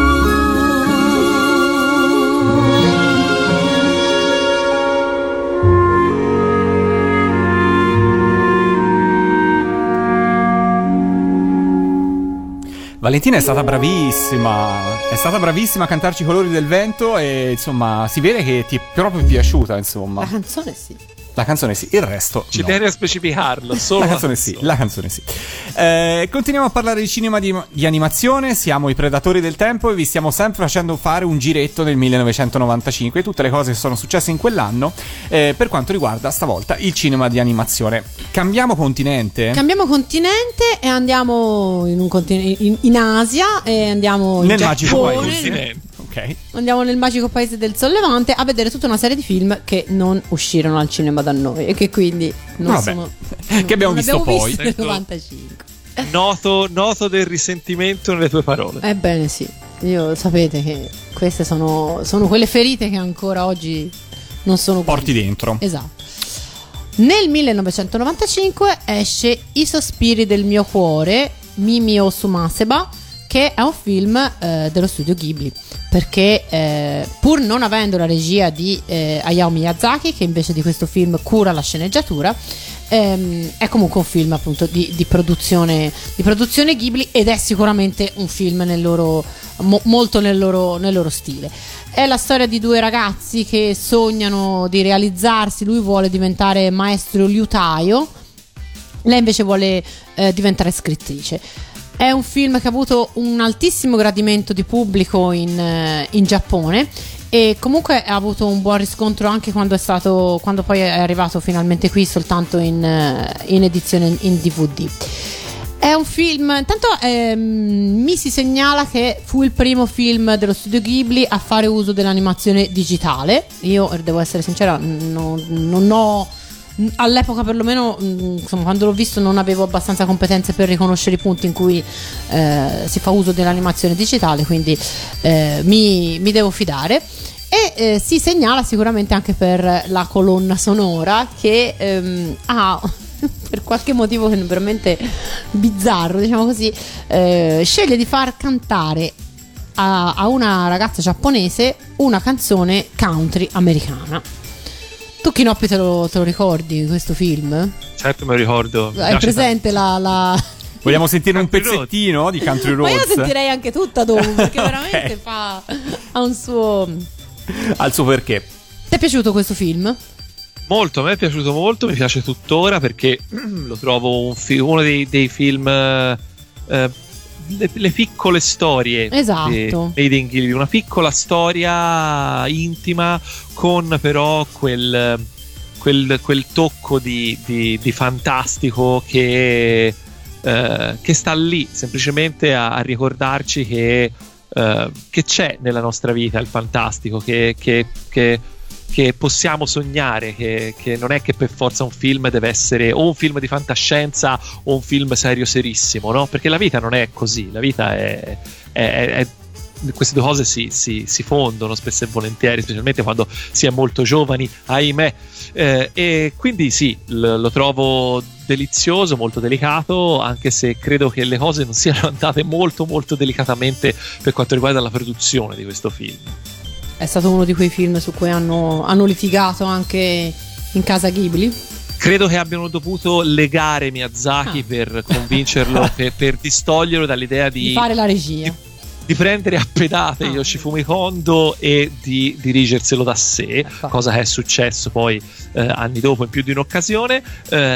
Speaker 3: Valentina è stata bravissima, è stata bravissima a cantarci i colori del vento e insomma si vede che ti è proprio piaciuta, insomma.
Speaker 4: La canzone sì.
Speaker 3: La canzone sì, il resto
Speaker 5: Ci
Speaker 3: no.
Speaker 5: tieni a specificarlo, solo
Speaker 3: La canzone sì, la canzone sì. Eh, continuiamo a parlare di cinema di, di animazione, siamo i predatori del tempo e vi stiamo sempre facendo fare un giretto nel millenovecentonovantacinque, tutte le cose che sono successe in quell'anno eh, per quanto riguarda stavolta il cinema di animazione. Cambiamo continente?
Speaker 4: Cambiamo continente e andiamo in, un continente, in, in Asia e andiamo in
Speaker 3: nel
Speaker 4: Giappone,
Speaker 3: magico paese. Ok.
Speaker 4: Andiamo nel magico paese del sollevante a vedere tutta una serie di film che non uscirono al cinema da noi e che quindi non
Speaker 3: Vabbè,
Speaker 4: sono
Speaker 3: che abbiamo
Speaker 4: non
Speaker 3: visto poi.
Speaker 4: visto nel novantacinque.
Speaker 5: Noto, noto del risentimento nelle tue parole.
Speaker 4: Ebbene sì, io sapete che queste sono, sono quelle ferite che ancora oggi non sono
Speaker 3: porti dentro.
Speaker 4: Esatto. Nel millenovecentonovantacinque esce I sospiri del mio cuore, Mimi o Sumaseba, che è un film eh, dello studio Ghibli, perché eh, pur non avendo la regia di eh, Hayao Miyazaki, che invece di questo film cura la sceneggiatura, ehm, è comunque un film appunto di, di produzione di produzione Ghibli, ed è sicuramente un film nel loro, mo, molto nel loro, nel loro stile. È la storia di due ragazzi che sognano di realizzarsi. Lui vuole diventare maestro liutaio, lei invece vuole eh, diventare scrittrice. È un film che ha avuto un altissimo gradimento di pubblico in, in Giappone, e comunque ha avuto un buon riscontro anche quando è stato quando poi è arrivato finalmente qui soltanto in, in edizione in D V D. È un film, intanto ehm, mi si segnala che fu il primo film dello studio Ghibli a fare uso dell'animazione digitale. Io devo essere sincera, non, non ho all'epoca perlomeno, insomma, quando l'ho visto non avevo abbastanza competenze per riconoscere i punti in cui eh, si fa uso dell'animazione digitale, quindi eh, mi, mi devo fidare. E eh, si segnala sicuramente anche per la colonna sonora che ehm, ha per qualche motivo che è veramente bizzarro, diciamo così, eh, sceglie di far cantare a, a una ragazza giapponese una canzone country americana. Tu Chinoppi te lo, te lo ricordi questo film?
Speaker 5: Certo, me lo ricordo.
Speaker 4: Hai presente la, la...
Speaker 3: Vogliamo sentire un
Speaker 5: Country
Speaker 3: pezzettino di Country
Speaker 4: Ma
Speaker 3: Roads?
Speaker 4: io sentirei anche tutta dopo, perché veramente
Speaker 3: Okay.
Speaker 4: fa ha un suo...
Speaker 3: Al suo perché.
Speaker 4: Ti è piaciuto questo film?
Speaker 5: Molto, a me è piaciuto molto, mi piace tuttora perché lo trovo un fi- uno dei, dei film eh, le, le piccole storie.
Speaker 4: Esatto.
Speaker 5: di Made in Ghibli, una piccola storia intima con però quel, quel, quel tocco di, di, di fantastico che, eh, che sta lì semplicemente a, a ricordarci che, eh, che c'è nella nostra vita il fantastico, che, che, che che possiamo sognare, che, che non è che per forza un film deve essere o un film di fantascienza o un film serio serissimo, no? Perché la vita non è così, la vita è, è, è queste due cose si, si, si fondono spesso e volentieri, specialmente quando si è molto giovani, ahimè, eh, e quindi sì, l- lo trovo delizioso, molto delicato, anche se credo che le cose non siano andate molto molto delicatamente per quanto riguarda la produzione di questo film.
Speaker 4: È stato uno di quei film su cui hanno, hanno litigato anche in casa Ghibli.
Speaker 5: Credo che abbiano dovuto legare Miyazaki ah. per convincerlo, per, per distoglierlo dall'idea di,
Speaker 4: di fare la regia.
Speaker 5: Di, di prendere a pedate ah. Yoshifumi Kondo e di dirigerselo da sé, ecco. Cosa che è successo poi eh, anni dopo in più di un'occasione, eh,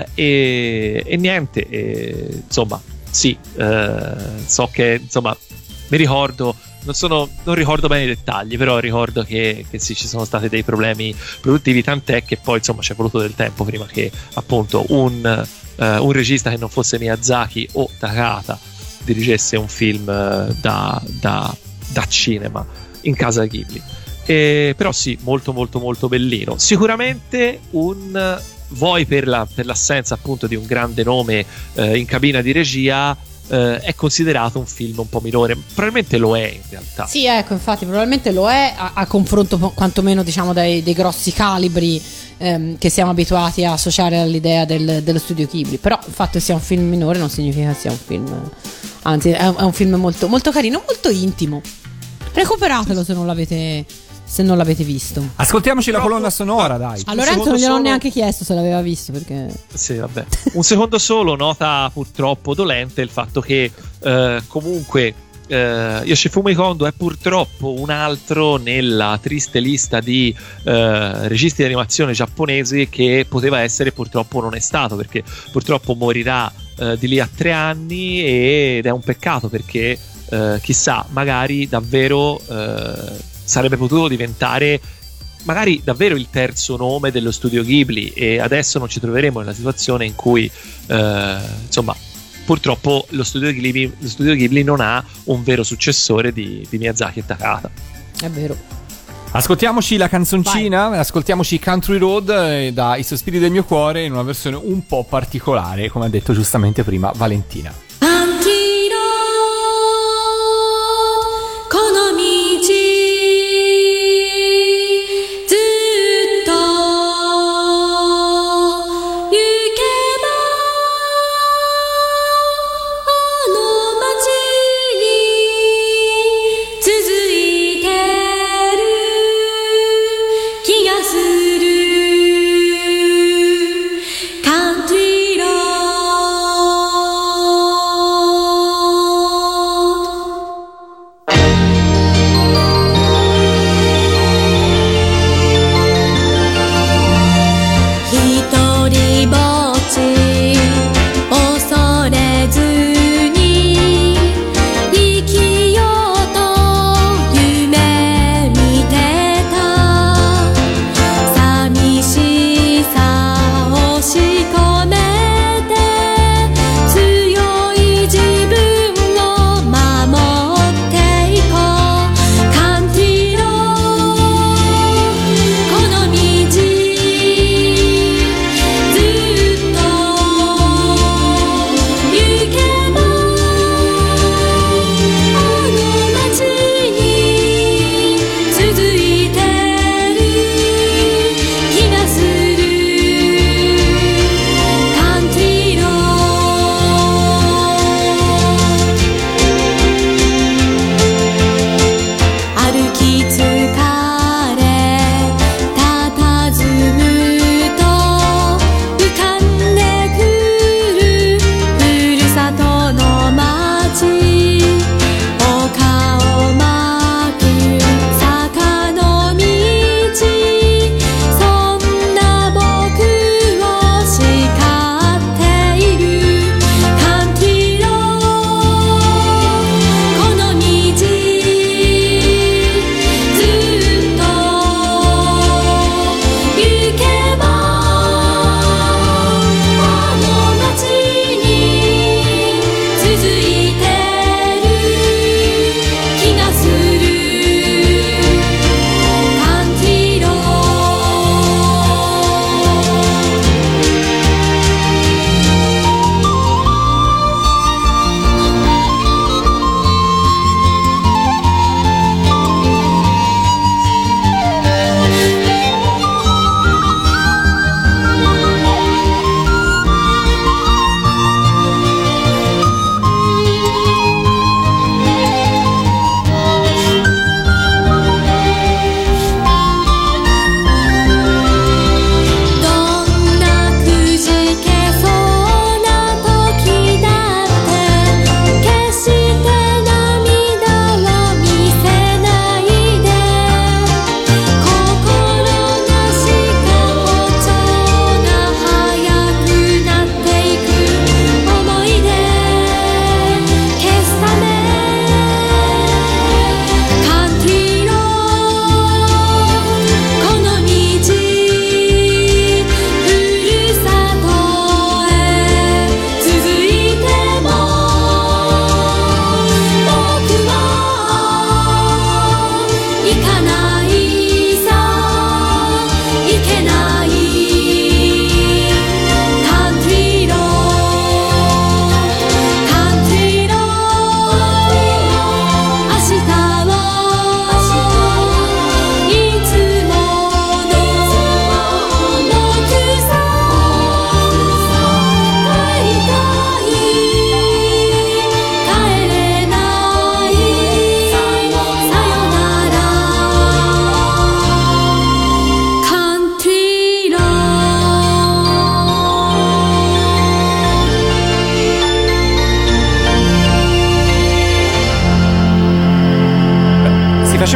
Speaker 5: e, e niente, e, insomma, sì, eh, so che, insomma, mi ricordo, non, sono, non ricordo bene i dettagli, però ricordo che, che sì, ci sono stati dei problemi produttivi, tant'è che poi, insomma, ci è voluto del tempo prima che appunto un, uh, un regista che non fosse Miyazaki o Takahata dirigesse un film uh, da, da, da cinema in casa Ghibli. E, però sì, molto molto molto bellino. Sicuramente un vuoi per, la, per l'assenza appunto di un grande nome uh, in cabina di regia, Uh, è considerato un film un po' minore. Probabilmente lo è in realtà.
Speaker 4: Sì, ecco, infatti probabilmente lo è a, a confronto quantomeno, diciamo, dai, dei grossi calibri ehm, che siamo abituati a associare all'idea del, dello studio Ghibli. Però il fatto che sia un film minore non significa che sia un film, anzi è, è un film molto, molto carino, molto intimo. Recuperatelo se non l'avete se non l'avete visto.
Speaker 3: Ascoltiamoci la colonna sonora, dai.
Speaker 4: A Lorenzo non gliel'ho solo... neanche chiesto se l'aveva visto, perché
Speaker 5: sì, vabbè. Un secondo solo, nota purtroppo dolente il fatto che eh, comunque eh, Yoshifumi Kondo è purtroppo un altro nella triste lista di eh, registi di animazione giapponesi che poteva essere, purtroppo non è stato, perché purtroppo morirà eh, di lì a tre anni, ed è un peccato, perché eh, chissà, magari davvero eh, sarebbe potuto diventare magari davvero il terzo nome dello studio Ghibli, e adesso non ci troveremo nella situazione in cui eh, insomma, purtroppo lo studio Ghibli, lo studio Ghibli non ha un vero successore di, di Miyazaki e Takahata.
Speaker 4: È vero.
Speaker 3: Ascoltiamoci la canzoncina, Vai. ascoltiamoci Country Road eh, da I sospiri del mio cuore, in una versione un po' particolare, come ha detto giustamente prima Valentina.
Speaker 10: Country road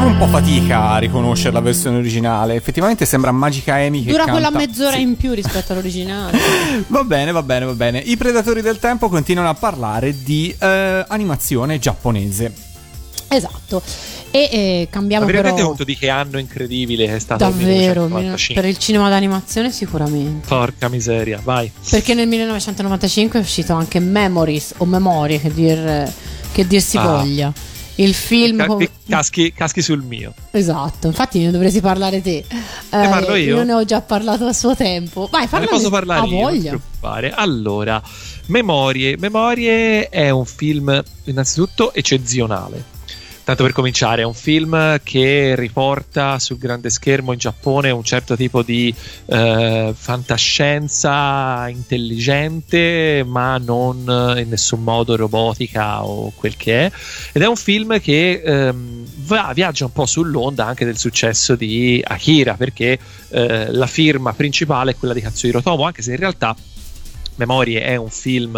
Speaker 3: Facevo un po' fatica a riconoscere la versione originale. Effettivamente sembra Magica Amy che
Speaker 4: dura
Speaker 3: canta...
Speaker 4: quella mezz'ora
Speaker 3: sì.
Speaker 4: in più rispetto all'originale.
Speaker 3: Va bene, va bene, va bene. I Predatori del Tempo continuano a parlare di eh, animazione giapponese.
Speaker 4: Esatto. E eh, cambiamo
Speaker 5: Ma vi rendete
Speaker 4: però
Speaker 5: conto di che anno incredibile è stato il
Speaker 4: davvero
Speaker 5: millenovecentonovantacinque?
Speaker 4: per il cinema d'animazione sicuramente.
Speaker 5: Porca miseria, vai.
Speaker 4: Perché nel millenovecentonovantacinque è uscito anche Memories o Memorie, che dir, che dir si
Speaker 5: Ah.
Speaker 4: voglia. Il film
Speaker 5: Ca-
Speaker 4: con...
Speaker 5: caschi, caschi sul mio.
Speaker 4: Esatto, infatti ne dovresti parlare te.
Speaker 5: Ne parlo io?
Speaker 4: Io ne ho già parlato a suo tempo. Vai,
Speaker 5: Ma
Speaker 4: parla.
Speaker 5: ne posso parlare
Speaker 4: a
Speaker 5: io, non ti
Speaker 4: voglia.
Speaker 5: preoccupare. Allora, Memorie. Memorie è un film innanzitutto eccezionale. Tanto per cominciare, è un film che riporta sul grande schermo in Giappone un certo tipo di eh, fantascienza intelligente, ma non in nessun modo robotica o quel che è. Ed è un film che ehm, va, viaggia un po' sull'onda anche del successo di Akira, perché eh, la firma principale è quella di Katsuhiro Otomo, anche se in realtà Memorie è un film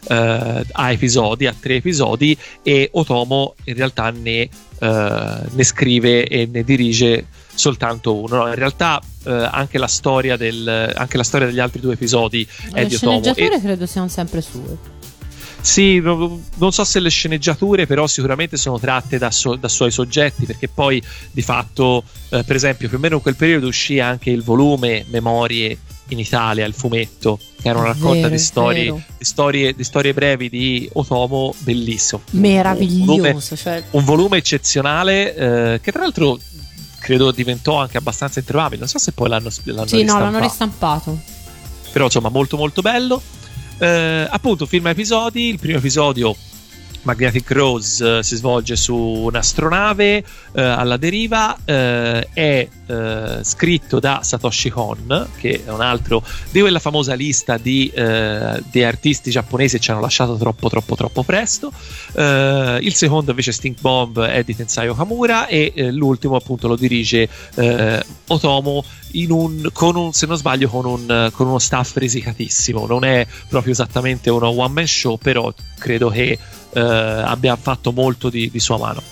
Speaker 5: eh, a episodi, a tre episodi, e Otomo in realtà ne, eh, ne scrive e ne dirige soltanto uno. No, in realtà eh, anche la storia del, anche la storia degli altri due episodi è
Speaker 4: Le
Speaker 5: di Otomo.
Speaker 4: sceneggiature
Speaker 5: E,
Speaker 4: credo siano sempre sue.
Speaker 5: sì, no, non so se le sceneggiature, però sicuramente sono tratte da, so, da suoi soggetti, perché poi di fatto, eh, per esempio, più o meno in quel periodo uscì anche il volume Memorie in Italia, il fumetto, che era una raccolta
Speaker 4: Vero,
Speaker 5: di storie,
Speaker 4: vero.
Speaker 5: di storie di storie brevi di Otomo, bellissimo.
Speaker 4: Meraviglioso,
Speaker 5: Un volume,
Speaker 4: cioè...
Speaker 5: un volume eccezionale, eh, che tra l'altro credo diventò anche abbastanza introvabile. Non so se poi l'hanno, l'hanno
Speaker 4: Sì, no,
Speaker 5: ristampato.
Speaker 4: l'hanno ristampato.
Speaker 5: Però insomma molto molto bello. Eh, appunto, film a episodi. Il primo episodio, Magnetic Rose, eh, si svolge su un'astronave eh, alla deriva, eh, è eh, scritto da Satoshi Kon, che è un altro di quella famosa lista di, eh, di artisti giapponesi che ci hanno lasciato troppo troppo troppo presto. Eh, il secondo invece, Stink Bomb, è di Tensai Okamura, e eh, l'ultimo appunto lo dirige eh, Otomo, in un, con un, se non sbaglio, con, un, con uno staff risicatissimo. Non è proprio esattamente uno one man show, però credo che eh, abbia fatto molto di, di sua mano.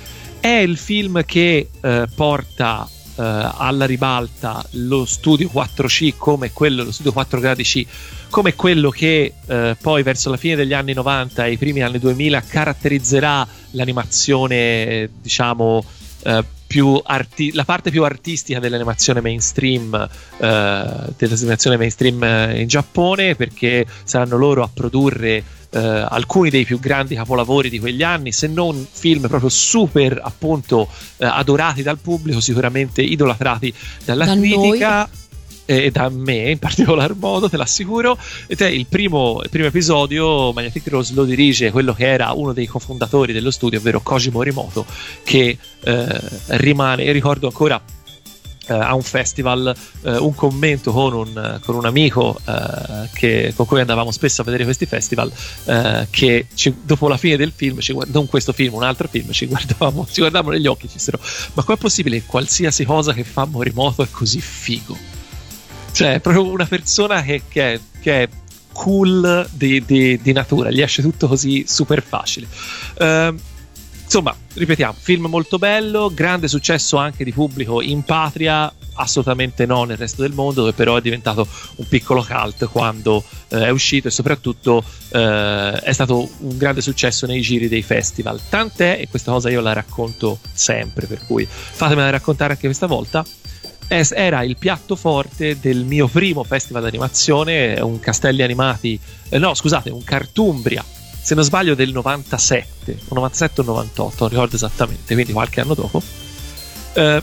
Speaker 5: È il film che eh, porta eh, alla ribalta lo studio quattro C come quello, lo studio quattro gradi C, come quello che eh, poi verso la fine degli anni novanta e i primi anni duemila caratterizzerà l'animazione, diciamo, eh, più arti- la parte più artistica dell'animazione mainstream, eh, dell'animazione mainstream eh, in Giappone, perché saranno loro a produrre eh, alcuni dei più grandi capolavori di quegli anni, se non film proprio super appunto eh, adorati dal pubblico, sicuramente idolatrati dalla
Speaker 4: Da
Speaker 5: critica.
Speaker 4: noi.
Speaker 5: E da me in particolar modo, te l'assicuro. E te, il primo, il primo episodio, Magnetic Rose, lo dirige quello che era uno dei cofondatori dello studio, ovvero Koji Morimoto, che eh, rimane, ricordo ancora eh, a un festival eh, un commento con un, con un amico eh, che, con cui andavamo spesso a vedere questi festival, eh, che ci, dopo la fine del film, ci, non questo film, un altro film, ci guardavamo, ci guardavamo negli occhi, ci dissero: ma com'è possibile che qualsiasi cosa che fa Morimoto è così figo? Cioè, è proprio una persona che, che, è, che è cool di, di, di natura, gli esce tutto così super facile. Uh, insomma, ripetiamo, film molto bello, grande successo anche di pubblico in patria, assolutamente no nel resto del mondo, dove però è diventato un piccolo cult quando uh, è uscito, e soprattutto uh, è stato un grande successo nei giri dei festival. Tant'è, e questa cosa io la racconto sempre, per cui fatemela raccontare anche questa volta, era il piatto forte del mio primo festival d'animazione, un Castelli Animati, eh, no scusate, un Cartumbria, se non sbaglio del novantasette, o novantasette o novantotto, non ricordo esattamente, quindi qualche anno dopo. Eh,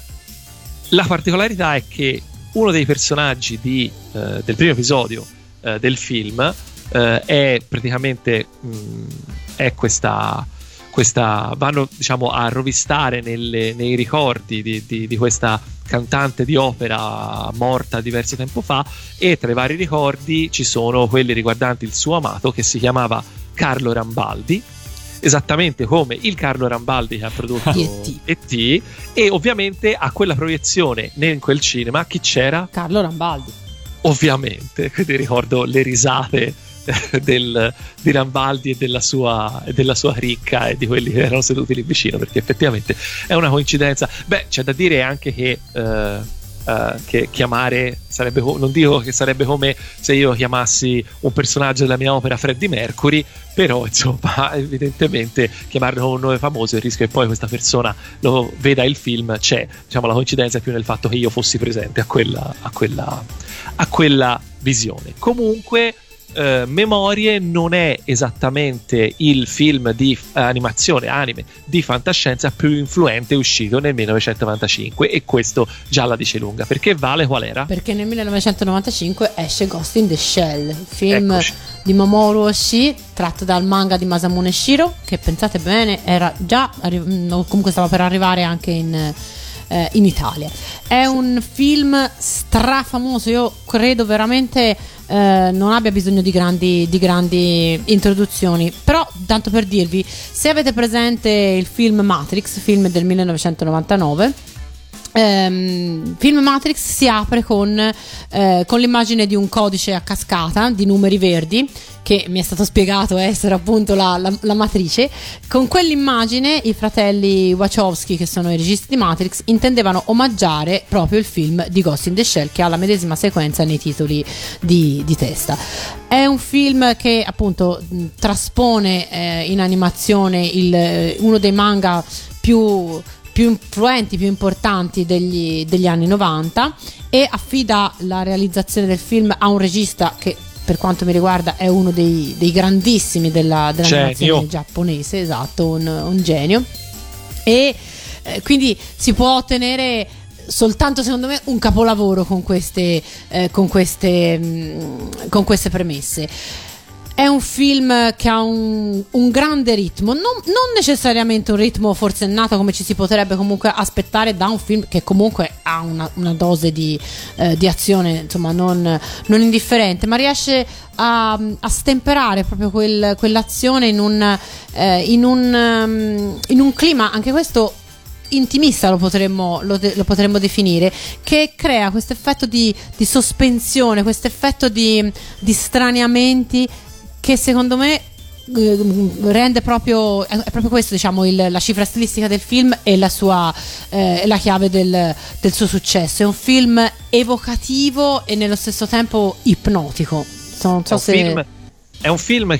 Speaker 5: la particolarità è che uno dei personaggi di, eh, del primo episodio eh, del film eh, è praticamente mh, è questa questa vanno, diciamo, a rovistare nelle, nei ricordi di, di, di questa cantante di opera morta diverso tempo fa, e tra i vari ricordi ci sono quelli riguardanti il suo amato, che si chiamava Carlo Rambaldi, esattamente come il Carlo Rambaldi che ha prodotto E T, e ovviamente a quella proiezione in quel cinema chi c'era?
Speaker 4: Carlo Rambaldi.
Speaker 5: Ovviamente, quindi ricordo le risate del, di Rambaldi e della sua, e della sua ricca e di quelli che erano seduti lì vicino, perché effettivamente è una coincidenza. Beh, c'è da dire anche che, eh, eh, che chiamare sarebbe, non dico che sarebbe come se io chiamassi un personaggio della mia opera Freddie Mercury, però insomma evidentemente chiamarlo con un nome famoso, il rischio che poi questa persona lo veda il film c'è, diciamo la coincidenza è più nel fatto che io fossi presente a quella, a quella, a quella visione. Comunque Uh, Memorie non è esattamente il film di uh, animazione anime di fantascienza più influente uscito nel millenovecentonovantacinque, e questo già la dice lunga. Perché Vale qual era?
Speaker 4: Perché nel millenovecentonovantacinque esce Ghost in the Shell, il film
Speaker 5: Eccoci.
Speaker 4: di Mamoru Oshii tratto dal manga di Masamune Shirow, che pensate bene era già arri- no, comunque stava per arrivare anche in eh, in Italia. È un film strafamoso, io credo veramente eh, non abbia bisogno di grandi, di grandi introduzioni, però tanto per dirvi, se avete presente il film Matrix, film del millenovecentonovantanove, ehm, film Matrix si apre con, eh, con l'immagine di un codice a cascata di numeri verdi, che mi è stato spiegato essere appunto la, la, la matrice. Con quell'immagine i fratelli Wachowski, che sono i registi di Matrix, intendevano omaggiare proprio il film di Ghost in the Shell, che ha la medesima sequenza nei titoli di, di testa. È un film che appunto mh, traspone eh, in animazione il, uno dei manga più più influenti, più importanti degli, degli anni novanta, e affida la realizzazione del film a un regista che, per quanto mi riguarda, è uno dei, dei grandissimi della, dell'animazione giapponese, esatto, un, un genio, e eh, quindi si può ottenere soltanto, secondo me, un capolavoro con queste, eh, con queste, mh, con queste premesse. È un film che ha un, un grande ritmo, non, non necessariamente un ritmo forsennato come ci si potrebbe comunque aspettare da un film che comunque ha una, una dose di, eh, di azione, insomma, non, non indifferente, ma riesce a, a stemperare proprio quel, quell'azione in un, eh, in, un, um, in un clima, anche questo intimista lo potremmo, lo, de- lo potremmo definire, che crea questo effetto di, di sospensione, questo effetto di, di straniamenti, che secondo me eh, rende proprio, è proprio questo, diciamo, il, la cifra stilistica del film e la sua eh, la chiave del, del suo successo. È un film evocativo e nello stesso tempo ipnotico. Non so
Speaker 5: è, un
Speaker 4: se...
Speaker 5: film, è un film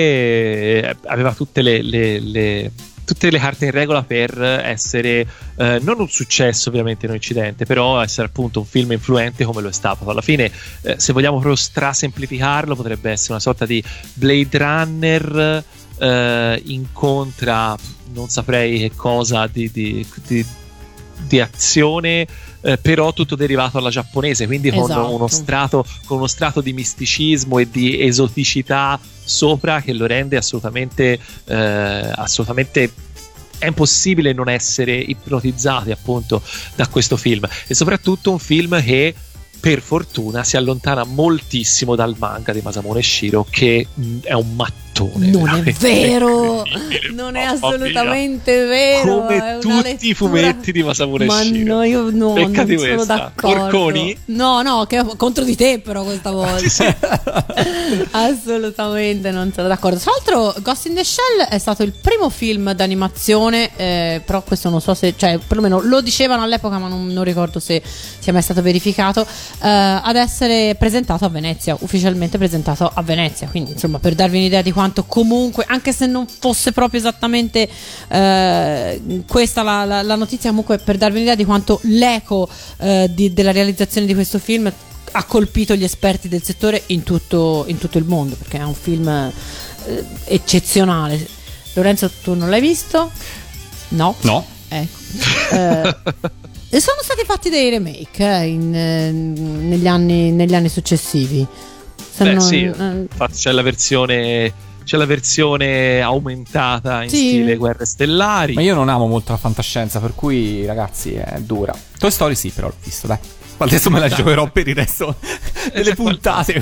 Speaker 5: che aveva tutte le, le, le tutte le carte in regola per essere eh, non un successo ovviamente in Occidente, però essere appunto un film influente come lo è stato. Alla fine, eh, se vogliamo proprio strasemplificarlo, potrebbe essere una sorta di Blade Runner eh, incontra non saprei che cosa di, di, di, di azione, eh, però tutto derivato alla giapponese, quindi con
Speaker 4: esatto.
Speaker 5: uno strato con uno strato di misticismo e di esoticità sopra, che lo rende assolutamente eh, assolutamente è impossibile non essere ipnotizzati appunto da questo film, e soprattutto un film che per fortuna si allontana moltissimo dal manga di Masamune Shirow, che mh, è un mattone.
Speaker 4: Non è vero, non è assolutamente vero,
Speaker 5: come tutti lettura... i fumetti di Masamune
Speaker 4: Ma
Speaker 5: Shirow.
Speaker 4: No, io no,
Speaker 5: Beccati
Speaker 4: non sono
Speaker 5: questa.
Speaker 4: d'accordo.
Speaker 5: Porconi?
Speaker 4: No, no, che contro di te però questa volta. Assolutamente non sono d'accordo. Tra l'altro Ghost in the Shell è stato il primo film d'animazione, eh, però questo non so se, cioè perlomeno lo dicevano all'epoca, ma non, non ricordo se sia mai stato verificato, eh, ad essere presentato a Venezia, ufficialmente presentato a Venezia. Quindi insomma, per darvi un'idea di quanto comunque, anche se non fosse proprio esattamente eh, questa la, la, la notizia, comunque per darvi un'idea di quanto l'eco eh, di, della realizzazione di questo film ha colpito gli esperti del settore in tutto, in tutto il mondo, perché è un film eh, eccezionale. Lorenzo, tu non l'hai visto? No?
Speaker 3: No.
Speaker 4: Ecco. Eh, e sono stati fatti dei remake eh, in, eh, negli, anni, negli anni successivi. Se
Speaker 5: Beh,
Speaker 4: non,
Speaker 5: sì,
Speaker 4: eh,
Speaker 5: infatti c'è la versione c'è la versione aumentata in
Speaker 4: Sì.
Speaker 5: stile Guerre Stellari.
Speaker 3: Ma io non amo molto la fantascienza, per cui ragazzi è dura. Toy Story sì, però l'ho visto, dai. Adesso me la
Speaker 5: Dai.
Speaker 3: giocherò per il resto delle
Speaker 5: C'è
Speaker 3: puntate.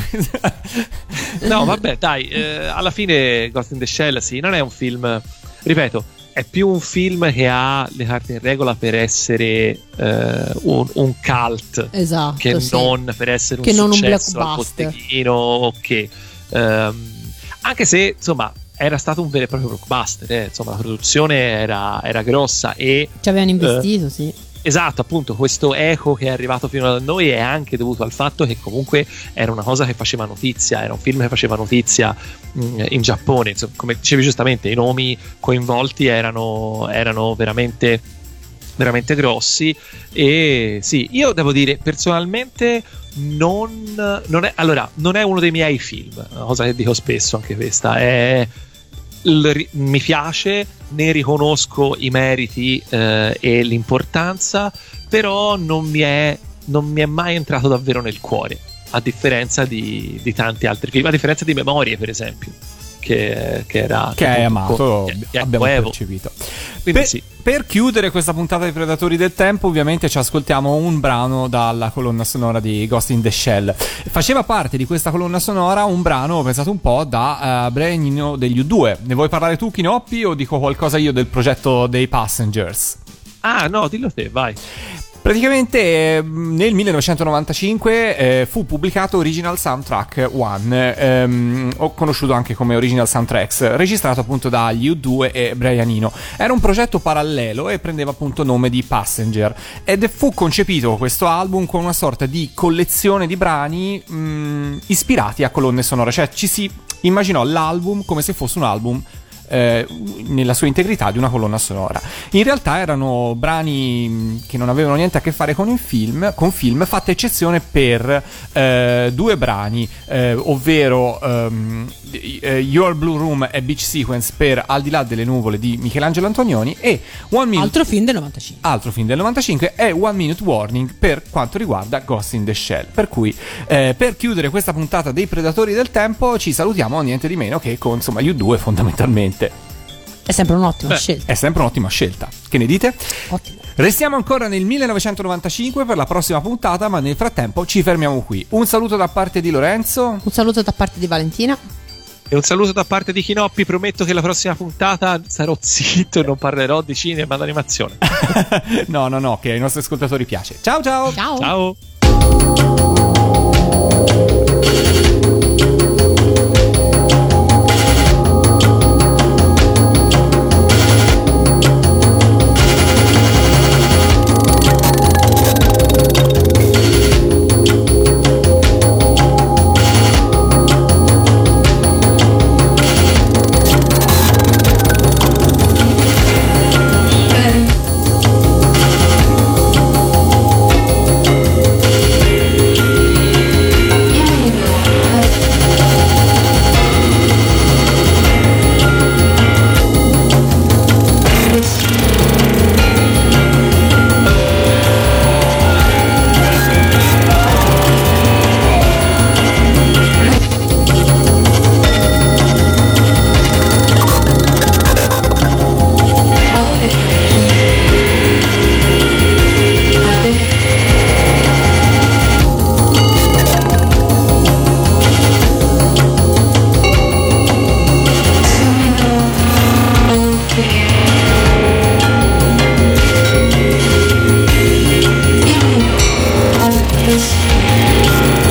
Speaker 5: No, vabbè, dai, eh, alla fine Ghost in the Shell sì, non è un film, ripeto, è più un film che ha le carte in regola per essere eh, un, un cult,
Speaker 4: esatto,
Speaker 5: che
Speaker 4: sì.
Speaker 5: non per essere un
Speaker 4: Che non un
Speaker 5: successo al
Speaker 4: blockbuster.
Speaker 5: botteghino, o che ehm, anche se insomma era stato un vero e proprio blockbuster, eh. Insomma la produzione era, era grossa e
Speaker 4: ci avevano investito, eh, sì.
Speaker 5: Esatto, appunto, questo eco che è arrivato fino a noi è anche dovuto al fatto che comunque era una cosa che faceva notizia, era un film che faceva notizia mh, in Giappone. Insomma, come dicevi giustamente, i nomi coinvolti erano, erano veramente, veramente grossi. E sì, io devo dire, personalmente non, non è, allora, non è uno dei miei film, una cosa che dico spesso anche questa, è... Il, mi piace, ne riconosco i meriti eh, e l'importanza, però non mi, è, non mi è mai entrato davvero nel cuore, a differenza di, di tanti altri film, a differenza di Memorie per esempio, che, che era
Speaker 3: che hai amato,
Speaker 5: che, che
Speaker 3: abbiamo
Speaker 5: Evo.
Speaker 3: percepito.
Speaker 5: Quindi
Speaker 3: per,
Speaker 5: sì.
Speaker 3: per chiudere questa puntata di Predatori del Tempo, ovviamente ci ascoltiamo un brano dalla colonna sonora di Ghost in the Shell. Faceva parte di questa colonna sonora un brano, pensate un po', da uh, Brian Eno degli U due. Ne vuoi parlare tu, Chinoppi, o dico qualcosa io del progetto dei Passengers?
Speaker 5: Ah no, dillo te, vai.
Speaker 3: Praticamente nel millenovecentonovantacinque eh, fu pubblicato Original Soundtrack One, ehm, o conosciuto anche come Original Soundtracks, registrato appunto dagli U due e Brian Eno. Era un progetto parallelo e prendeva appunto nome di Passenger, ed fu concepito questo album con una sorta di collezione di brani mh, ispirati a colonne sonore, cioè ci si immaginò l'album come se fosse un album Eh, nella sua integrità di una colonna sonora. In realtà erano brani che non avevano niente a che fare con il film, con film, fatta eccezione per eh, due brani, eh, ovvero um, Your Blue Room e Beach Sequence per Al di là delle nuvole di Michelangelo Antonioni, e One Minute,
Speaker 4: altro film del novantacinque
Speaker 3: altro film del novantacinque, e One Minute Warning per quanto riguarda Ghost in the Shell. Per cui eh, per chiudere questa puntata dei Predatori del Tempo ci salutiamo niente di meno che con, insomma, gli U due fondamentalmente.
Speaker 4: È sempre un'ottima
Speaker 3: Beh,
Speaker 4: scelta.
Speaker 3: È sempre un'ottima scelta. Che ne dite?
Speaker 4: Ottimo.
Speaker 3: Restiamo ancora nel millenovecentonovantacinque per la prossima puntata, ma nel frattempo ci fermiamo qui. Un saluto da parte di Lorenzo.
Speaker 4: Un saluto da parte di Valentina.
Speaker 5: E un saluto da parte di Chinoppi. Prometto che la prossima puntata sarò zitto e non parlerò di cinema d'animazione.
Speaker 3: No, no, no, che ai nostri ascoltatori piace. Ciao, ciao.
Speaker 4: Ciao.
Speaker 5: Ciao.
Speaker 11: This